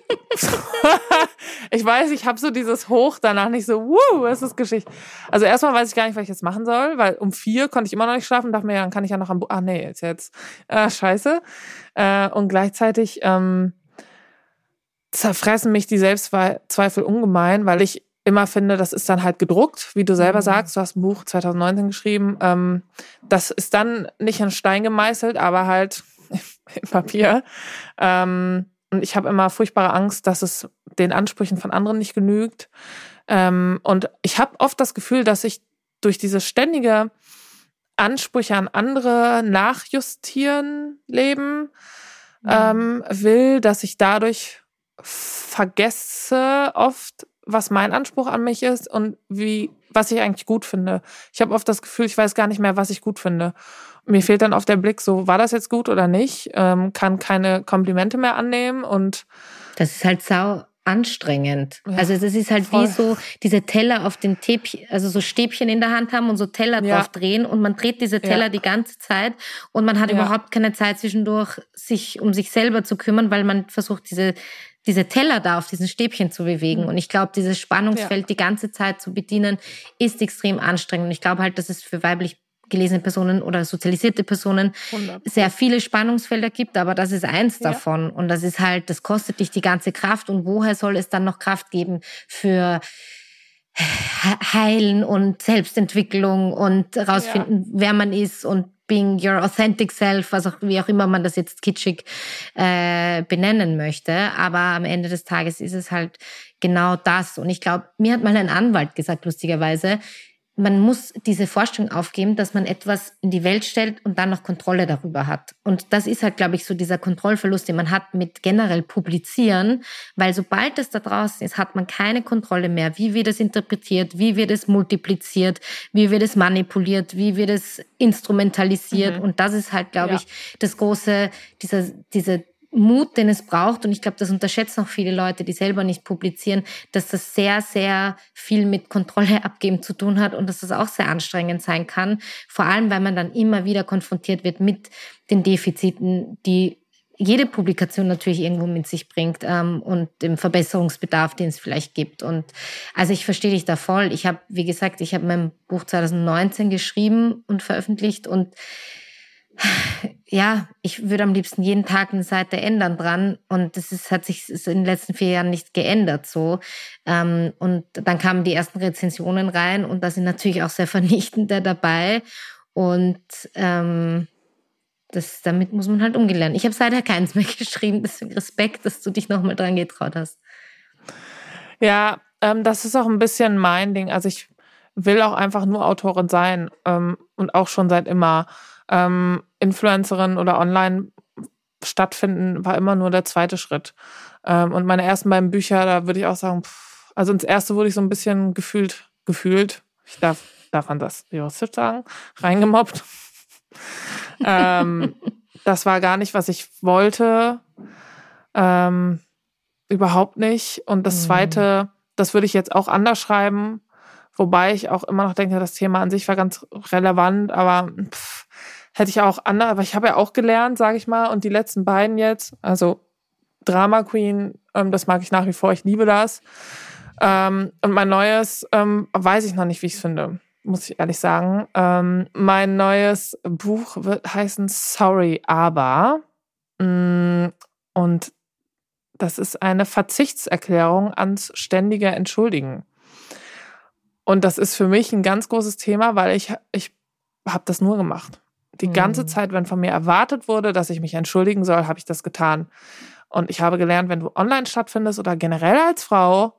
ich weiß, ich habe so dieses Hoch danach nicht so, wuh, es ist Geschichte. Also erstmal weiß ich gar nicht, was ich jetzt machen soll, weil um vier konnte ich immer noch nicht schlafen, dachte mir, dann kann ich ja noch am Buch, ach nee, jetzt jetzt, äh, scheiße. Äh, und gleichzeitig ähm, zerfressen mich die Selbstzweifel ungemein, weil ich immer finde, das ist dann halt gedruckt, wie du selber mhm. sagst, du hast ein Buch zwanzig neunzehn geschrieben, ähm, das ist dann nicht in Stein gemeißelt, aber halt in Papier. Ähm, und ich habe immer furchtbare Angst, dass es den Ansprüchen von anderen nicht genügt. Ähm, und ich habe oft das Gefühl, dass ich durch diese ständige Ansprüche an andere nachjustieren leben mhm. ähm, will, dass ich dadurch vergesse oft, was mein Anspruch an mich ist und wie, was ich eigentlich gut finde. Ich habe oft das Gefühl, ich weiß gar nicht mehr, was ich gut finde. Mir fehlt dann oft der Blick, so, war das jetzt gut oder nicht? Ähm, kann keine Komplimente mehr annehmen und das ist halt sau anstrengend. Ja, also das ist halt voll. Wie so diese Teller auf den Teppich, also so Stäbchen in der Hand haben und so Teller ja. drauf drehen und man dreht diese Teller ja. die ganze Zeit und man hat ja. überhaupt keine Zeit zwischendurch, sich um sich selber zu kümmern, weil man versucht, diese diese Teller da auf diesen Stäbchen zu bewegen. Mhm. Und ich glaube, dieses Spannungsfeld ja. die ganze Zeit zu bedienen, ist extrem anstrengend. Und ich glaube halt, dass es für weiblich gelesene Personen oder sozialisierte Personen hundert sehr viele Spannungsfelder gibt, aber das ist eins ja. davon. Und das ist halt, das kostet dich die ganze Kraft. Und woher soll es dann noch Kraft geben für Heilen und Selbstentwicklung und rausfinden, ja. wer man ist und being your authentic self, was auch, wie auch immer man das jetzt kitschig äh, benennen möchte. Aber am Ende des Tages ist es halt genau das. Und ich glaube, mir hat mal ein Anwalt gesagt, lustigerweise, man muss diese Vorstellung aufgeben, dass man etwas in die Welt stellt und dann noch Kontrolle darüber hat. Und das ist halt, glaube ich, so dieser Kontrollverlust, den man hat mit generell Publizieren, weil sobald es da draußen ist, hat man keine Kontrolle mehr. Wie wird es interpretiert? Wie wird es multipliziert? Wie wird es manipuliert? Wie wird es instrumentalisiert? Mhm. Und das ist halt, glaube ja. ich, das große, dieser, diese Mut, den es braucht, und ich glaube, das unterschätzen auch viele Leute, die selber nicht publizieren, dass das sehr, sehr viel mit Kontrolle abgeben zu tun hat und dass das auch sehr anstrengend sein kann, vor allem, weil man dann immer wieder konfrontiert wird mit den Defiziten, die jede Publikation natürlich irgendwo mit sich bringt ähm, und dem Verbesserungsbedarf, den es vielleicht gibt. Und also ich verstehe dich da voll. Ich habe, wie gesagt, ich habe mein Buch zwanzig neunzehn geschrieben und veröffentlicht und ja, ich würde am liebsten jeden Tag eine Seite ändern dran und das ist, hat sich in den letzten vier Jahren nicht geändert so. Ähm, und dann kamen die ersten Rezensionen rein und da sind natürlich auch sehr vernichtende dabei und ähm, das, damit muss man halt umgehen lernen. Ich habe seither keins mehr geschrieben, deswegen Respekt, dass du dich nochmal dran getraut hast. Ja, ähm, das ist auch ein bisschen mein Ding. Also ich will auch einfach nur Autorin sein ähm, und auch schon seit immer. Ähm, Influencerin oder online stattfinden, war immer nur der zweite Schritt. Ähm, und meine ersten beiden Bücher, da würde ich auch sagen, pff, also ins erste wurde ich so ein bisschen gefühlt, gefühlt, ich darf, darf man das juristisch sagen, reingemobbt. ähm, das war gar nicht, was ich wollte. Ähm, überhaupt nicht. Und das zweite, das würde ich jetzt auch anders schreiben, wobei ich auch immer noch denke, das Thema an sich war ganz relevant, aber pff, hätte ich auch anders, aber ich habe ja auch gelernt, sage ich mal, und die letzten beiden jetzt, also Drama Queen, ähm, das mag ich nach wie vor, ich liebe das. Ähm, und mein neues, ähm, weiß ich noch nicht, wie ich es finde, muss ich ehrlich sagen. Ähm, mein neues Buch wird heißen Sorry, aber. Und das ist eine Verzichtserklärung ans ständige Entschuldigen. Und das ist für mich ein ganz großes Thema, weil ich, ich habe das nur gemacht. Die ganze Hm. Zeit, wenn von mir erwartet wurde, dass ich mich entschuldigen soll, habe ich das getan. Und ich habe gelernt, wenn du online stattfindest oder generell als Frau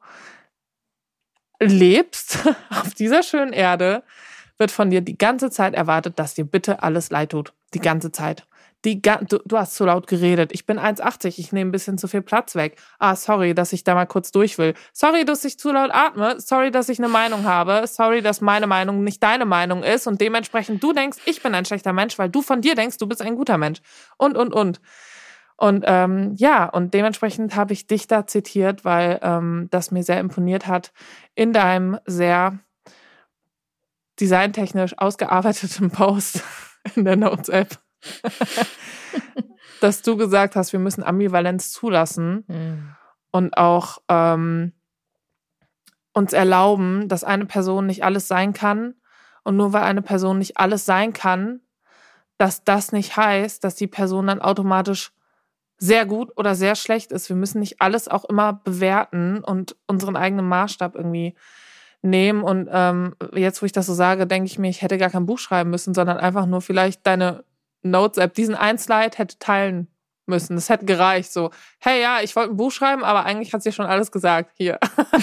lebst auf dieser schönen Erde, wird von dir die ganze Zeit erwartet, dass dir bitte alles leid tut. Die ganze Zeit. Die, du, du hast zu laut geredet. Ich bin eins achtzig, ich nehme ein bisschen zu viel Platz weg. Ah, sorry, dass ich da mal kurz durch will. Sorry, dass ich zu laut atme. Sorry, dass ich eine Meinung habe. Sorry, dass meine Meinung nicht deine Meinung ist und dementsprechend du denkst, ich bin ein schlechter Mensch, weil du von dir denkst, du bist ein guter Mensch. Und, und, und. Und ähm, ja, und dementsprechend habe ich dich da zitiert, weil ähm, das mir sehr imponiert hat in deinem sehr designtechnisch ausgearbeiteten Post in der Notes-App. Dass du gesagt hast, wir müssen Ambivalenz zulassen mhm. und auch ähm, uns erlauben, dass eine Person nicht alles sein kann. Und nur weil eine Person nicht alles sein kann, dass das nicht heißt, dass die Person dann automatisch sehr gut oder sehr schlecht ist. Wir müssen nicht alles auch immer bewerten und unseren eigenen Maßstab irgendwie nehmen. Und ähm, jetzt, wo ich das so sage, denke ich mir, ich hätte gar kein Buch schreiben müssen, sondern einfach nur vielleicht deine Notes-App, diesen einen Slide hätte teilen müssen. Das hätte gereicht. So, hey, ja, ich wollte ein Buch schreiben, aber eigentlich hat sie ja schon alles gesagt. Hier.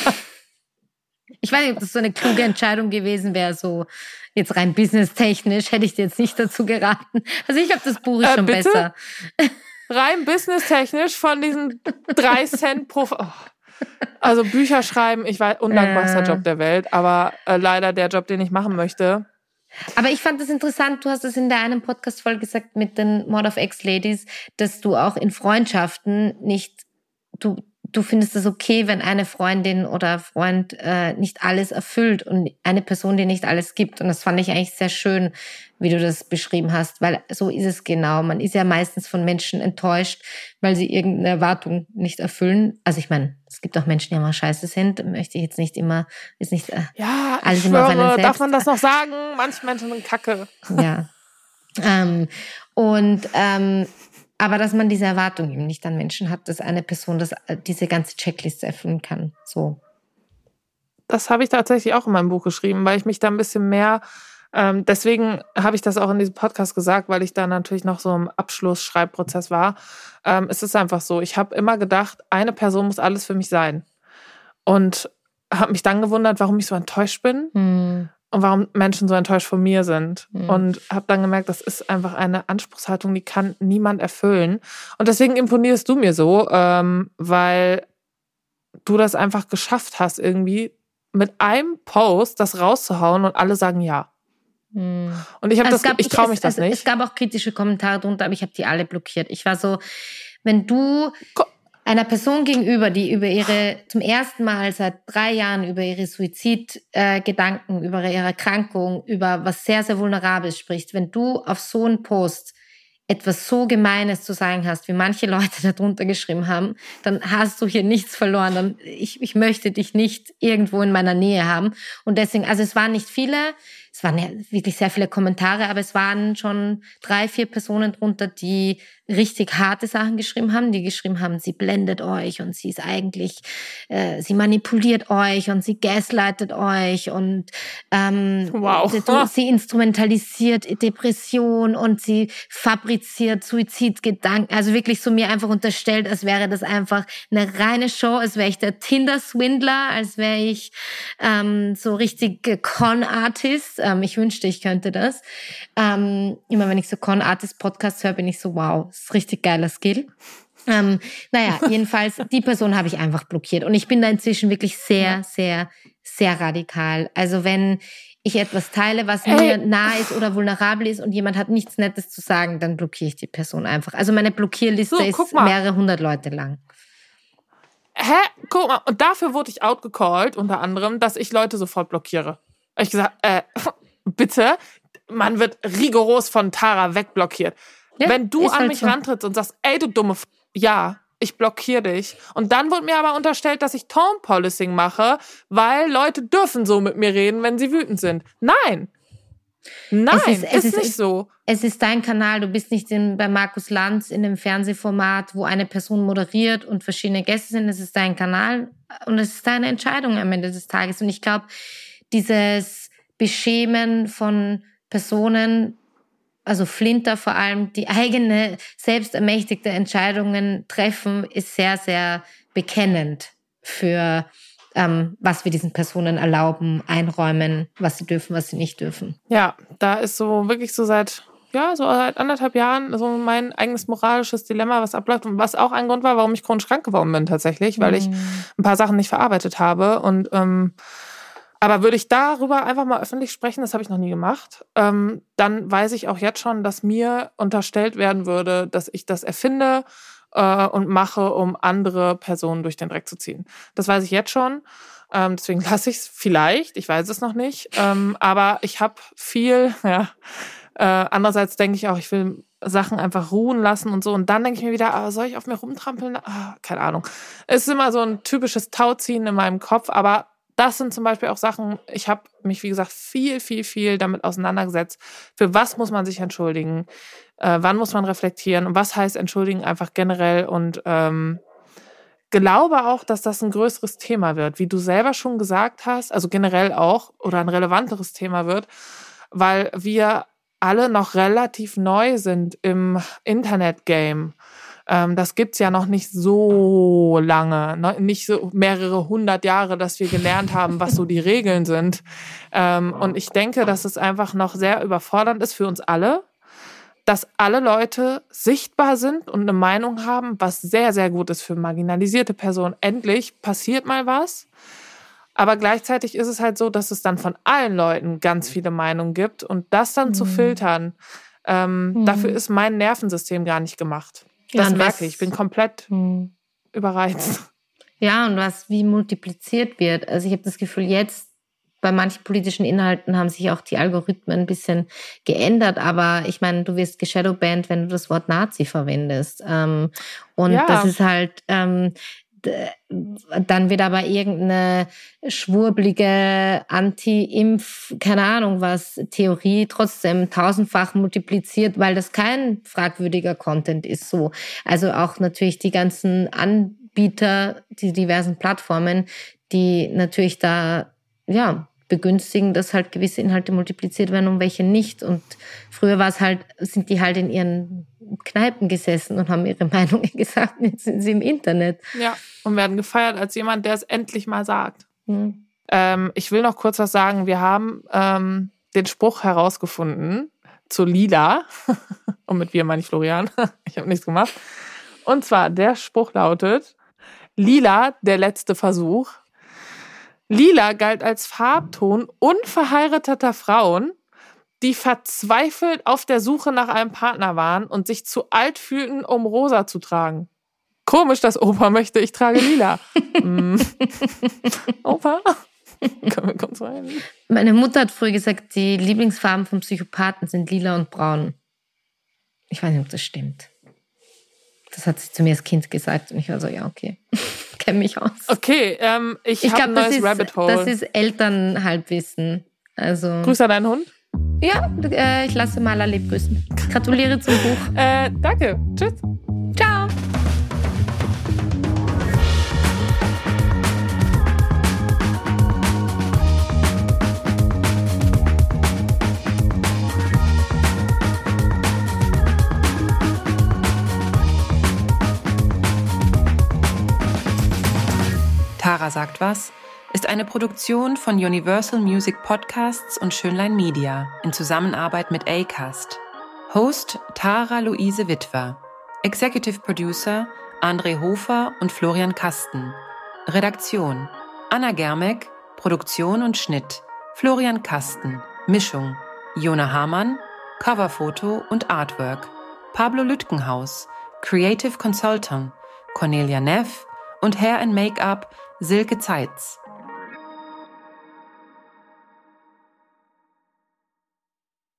Ich weiß nicht, ob das so eine kluge Entscheidung gewesen wäre, so jetzt rein businesstechnisch hätte ich dir jetzt nicht dazu geraten. Also ich glaube, das Buch ist äh, schon bitte? besser. Rein businesstechnisch von diesen drei Cent pro... Oh. Also Bücher schreiben, ich weiß, undankbarster äh. Job der Welt, aber äh, leider der Job, den ich machen möchte. Aber ich fand das interessant, du hast es in der einen Podcast-Folge gesagt mit den Mod of Ex-Ladies, dass du auch in Freundschaften nicht, du, du findest es okay, wenn eine Freundin oder Freund äh, nicht alles erfüllt und eine Person dir nicht alles gibt. Und das fand ich eigentlich sehr schön, wie du das beschrieben hast, weil so ist es genau. Man ist ja meistens von Menschen enttäuscht, weil sie irgendeine Erwartung nicht erfüllen. Also ich meine, es gibt auch Menschen, die immer scheiße sind, möchte ich jetzt nicht immer, ist nicht äh, ja, alles ich immer schwöre, auf einen selbst. Darf man das noch sagen? Manche Menschen sind kacke. Ja. ähm, und ähm, aber dass man diese Erwartung eben nicht an Menschen hat, dass eine Person das, diese ganze Checkliste erfüllen kann. So. Das habe ich tatsächlich auch in meinem Buch geschrieben, weil ich mich da ein bisschen mehr, ähm, deswegen habe ich das auch in diesem Podcast gesagt, weil ich da natürlich noch so im Abschlussschreibprozess war. Ähm, es ist einfach so, ich habe immer gedacht, eine Person muss alles für mich sein. Und habe mich dann gewundert, warum ich so enttäuscht bin. Hm. Und warum Menschen so enttäuscht von mir sind. Mhm. Und habe dann gemerkt, das ist einfach eine Anspruchshaltung, die kann niemand erfüllen. Und deswegen imponierst du mir so, ähm, weil du das einfach geschafft hast, irgendwie mit einem Post das rauszuhauen und alle sagen ja. Mhm. Und ich habe also das, gab, ich traue mich es, das es, nicht. Es gab auch kritische Kommentare drunter, aber ich habe die alle blockiert. Ich war so, wenn du Ko- einer Person gegenüber, die über ihre, zum ersten Mal seit drei Jahren über ihre Suizidgedanken, äh, über ihre Erkrankung, über was sehr, sehr Vulnerables spricht, wenn du auf so einen Post etwas so Gemeines zu sagen hast, wie manche Leute da drunter geschrieben haben, dann hast du hier nichts verloren. Dann, ich, ich möchte dich nicht irgendwo in meiner Nähe haben. Und deswegen, also es waren nicht viele, es waren ja wirklich sehr viele Kommentare, aber es waren schon drei, vier Personen drunter, die richtig harte Sachen geschrieben haben, die geschrieben haben, sie blendet euch und sie ist eigentlich, äh, sie manipuliert euch und sie gaslightet euch und ähm, wow. sie instrumentalisiert Depression und sie fabriziert Suizidgedanken. Also wirklich so mir einfach unterstellt, als wäre das einfach eine reine Show, als wäre ich der Tinder-Swindler, als wäre ich ähm, so richtig Con-Artist. Ähm, ich wünschte, ich könnte das. Ähm, immer wenn ich so Con-Artist-Podcasts höre, bin ich so, wow, das ist ein richtig geiler Skill. Ähm, naja, jedenfalls, die Person habe ich einfach blockiert. Und ich bin da inzwischen wirklich sehr, sehr, sehr radikal. Also wenn ich etwas teile, was Ey. mir nah ist oder vulnerabel ist und jemand hat nichts Nettes zu sagen, dann blockiere ich die Person einfach. Also meine Blockierliste so, ist mehrere hundert Leute lang. Hä? Guck mal, und dafür wurde ich outgecallt, unter anderem, dass ich Leute sofort blockiere. Ich gesagt, äh, bitte, man wird rigoros von Tara wegblockiert. Ja, Wenn du an halt mich so. rantrittst und sagst, ey, du dumme F- ja, ich blockiere dich. Und dann wurde mir aber unterstellt, dass ich Tone Policing mache, weil Leute dürfen so mit mir reden, wenn sie wütend sind. Nein. Nein, es ist, es ist ist nicht so. Es ist dein Kanal, du bist nicht in, bei Markus Lanz in dem Fernsehformat, wo eine Person moderiert und verschiedene Gäste sind. Es ist dein Kanal und es ist deine Entscheidung am Ende des Tages. Und ich glaube, dieses Beschämen von Personen, also Flinter vor allem, die eigene, selbstermächtigte Entscheidungen treffen, ist sehr, sehr bekennend für ähm, was wir diesen Personen erlauben, einräumen, was sie dürfen, was sie nicht dürfen. Ja, da ist so wirklich so seit, ja, so seit anderthalb Jahren so mein eigenes moralisches Dilemma, was abläuft und was auch ein Grund war, warum ich chronisch krank geworden bin tatsächlich, weil ich ein paar Sachen nicht verarbeitet habe und ähm, aber würde ich darüber einfach mal öffentlich sprechen, das habe ich noch nie gemacht, ähm, dann weiß ich auch jetzt schon, dass mir unterstellt werden würde, dass ich das erfinde äh, und mache, um andere Personen durch den Dreck zu ziehen. Das weiß ich jetzt schon. Ähm, deswegen lasse ich es vielleicht, ich weiß es noch nicht. Ähm, aber ich habe viel, ja. Äh, andererseits denke ich auch, ich will Sachen einfach ruhen lassen und so. Und dann denke ich mir wieder, ah, soll ich auf mir rumtrampeln? Ah, keine Ahnung. Es ist immer so ein typisches Tauziehen in meinem Kopf, aber das sind zum Beispiel auch Sachen, ich habe mich, wie gesagt, viel, viel, viel damit auseinandergesetzt. Für was muss man sich entschuldigen? Äh, wann muss man reflektieren? Und was heißt entschuldigen einfach generell? Und ähm, glaube auch, dass das ein größeres Thema wird, wie du selber schon gesagt hast, also generell auch, oder ein relevanteres Thema wird, weil wir alle noch relativ neu sind im Internet-Game. Ähm, das gibt's ja noch nicht so lange, ne? Nicht so mehrere hundert Jahre, dass wir gelernt haben, was so die Regeln sind. Ähm, und ich denke, dass es einfach noch sehr überfordernd ist für uns alle, dass alle Leute sichtbar sind und eine Meinung haben, was sehr, sehr gut ist für marginalisierte Personen. Endlich passiert mal was. Aber gleichzeitig ist es halt so, dass es dann von allen Leuten ganz viele Meinungen gibt und das dann mhm. zu filtern, ähm, mhm. dafür ist mein Nervensystem gar nicht gemacht. Das ja, merke ich. Ich bin komplett mhm. überreizt. Ja, und was wie multipliziert wird. Also ich habe das Gefühl, jetzt bei manchen politischen Inhalten haben sich auch die Algorithmen ein bisschen geändert. Aber ich meine, du wirst geshadowbanned, wenn du das Wort Nazi verwendest. Ähm, und ja. das ist halt... Ähm, dann wird aber irgendeine schwurblige Anti-Impf, keine Ahnung was, Theorie trotzdem tausendfach multipliziert, weil das kein fragwürdiger Content ist. So, also auch natürlich die ganzen Anbieter, die diversen Plattformen, die natürlich da ja begünstigen, dass halt gewisse Inhalte multipliziert werden und welche nicht. Und früher war es halt, sind die halt in ihren Kneipen gesessen und haben ihre Meinungen gesagt, jetzt sind sie im Internet. Ja, und werden gefeiert als jemand, der es endlich mal sagt. Mhm. Ähm, ich will noch kurz was sagen. Wir haben ähm, den Spruch herausgefunden zu Lila. Und mit wir meine ich Florian. Ich habe nichts gemacht. Und zwar, der Spruch lautet, Lila, der letzte Versuch. Lila galt als Farbton unverheirateter Frauen, die verzweifelt auf der Suche nach einem Partner waren und sich zu alt fühlten, um rosa zu tragen. Komisch, dass Opa möchte, ich trage lila. mm. Opa, können wir kurz rein? Meine Mutter hat früher gesagt, die Lieblingsfarben von Psychopathen sind lila und braun. Ich weiß nicht, ob das stimmt. Das hat sie zu mir als Kind gesagt und ich war so, ja, okay, kenne mich aus. Okay, ähm, ich, ich habe ein neues ist, Rabbit Hole. Das ist Elternhalbwissen. Also, Grüß an deinen Hund. Ja, äh, ich lasse Maler lieb grüßen. Gratuliere zum Buch. Äh, danke. Tschüss. Ciao. Tara sagt was ist eine Produktion von Universal Music Podcasts und Schönlein Media in Zusammenarbeit mit Acast. Host Tara Luise Witwer. Executive Producer André Hofer und Florian Kasten. Redaktion Anna Germeck. Produktion und Schnitt Florian Kasten. Mischung Jona Hamann. Coverfoto und Artwork Pablo Lütgenhaus. Creative Consultant Cornelia Neff und Hair and Make-up Silke Zeitz.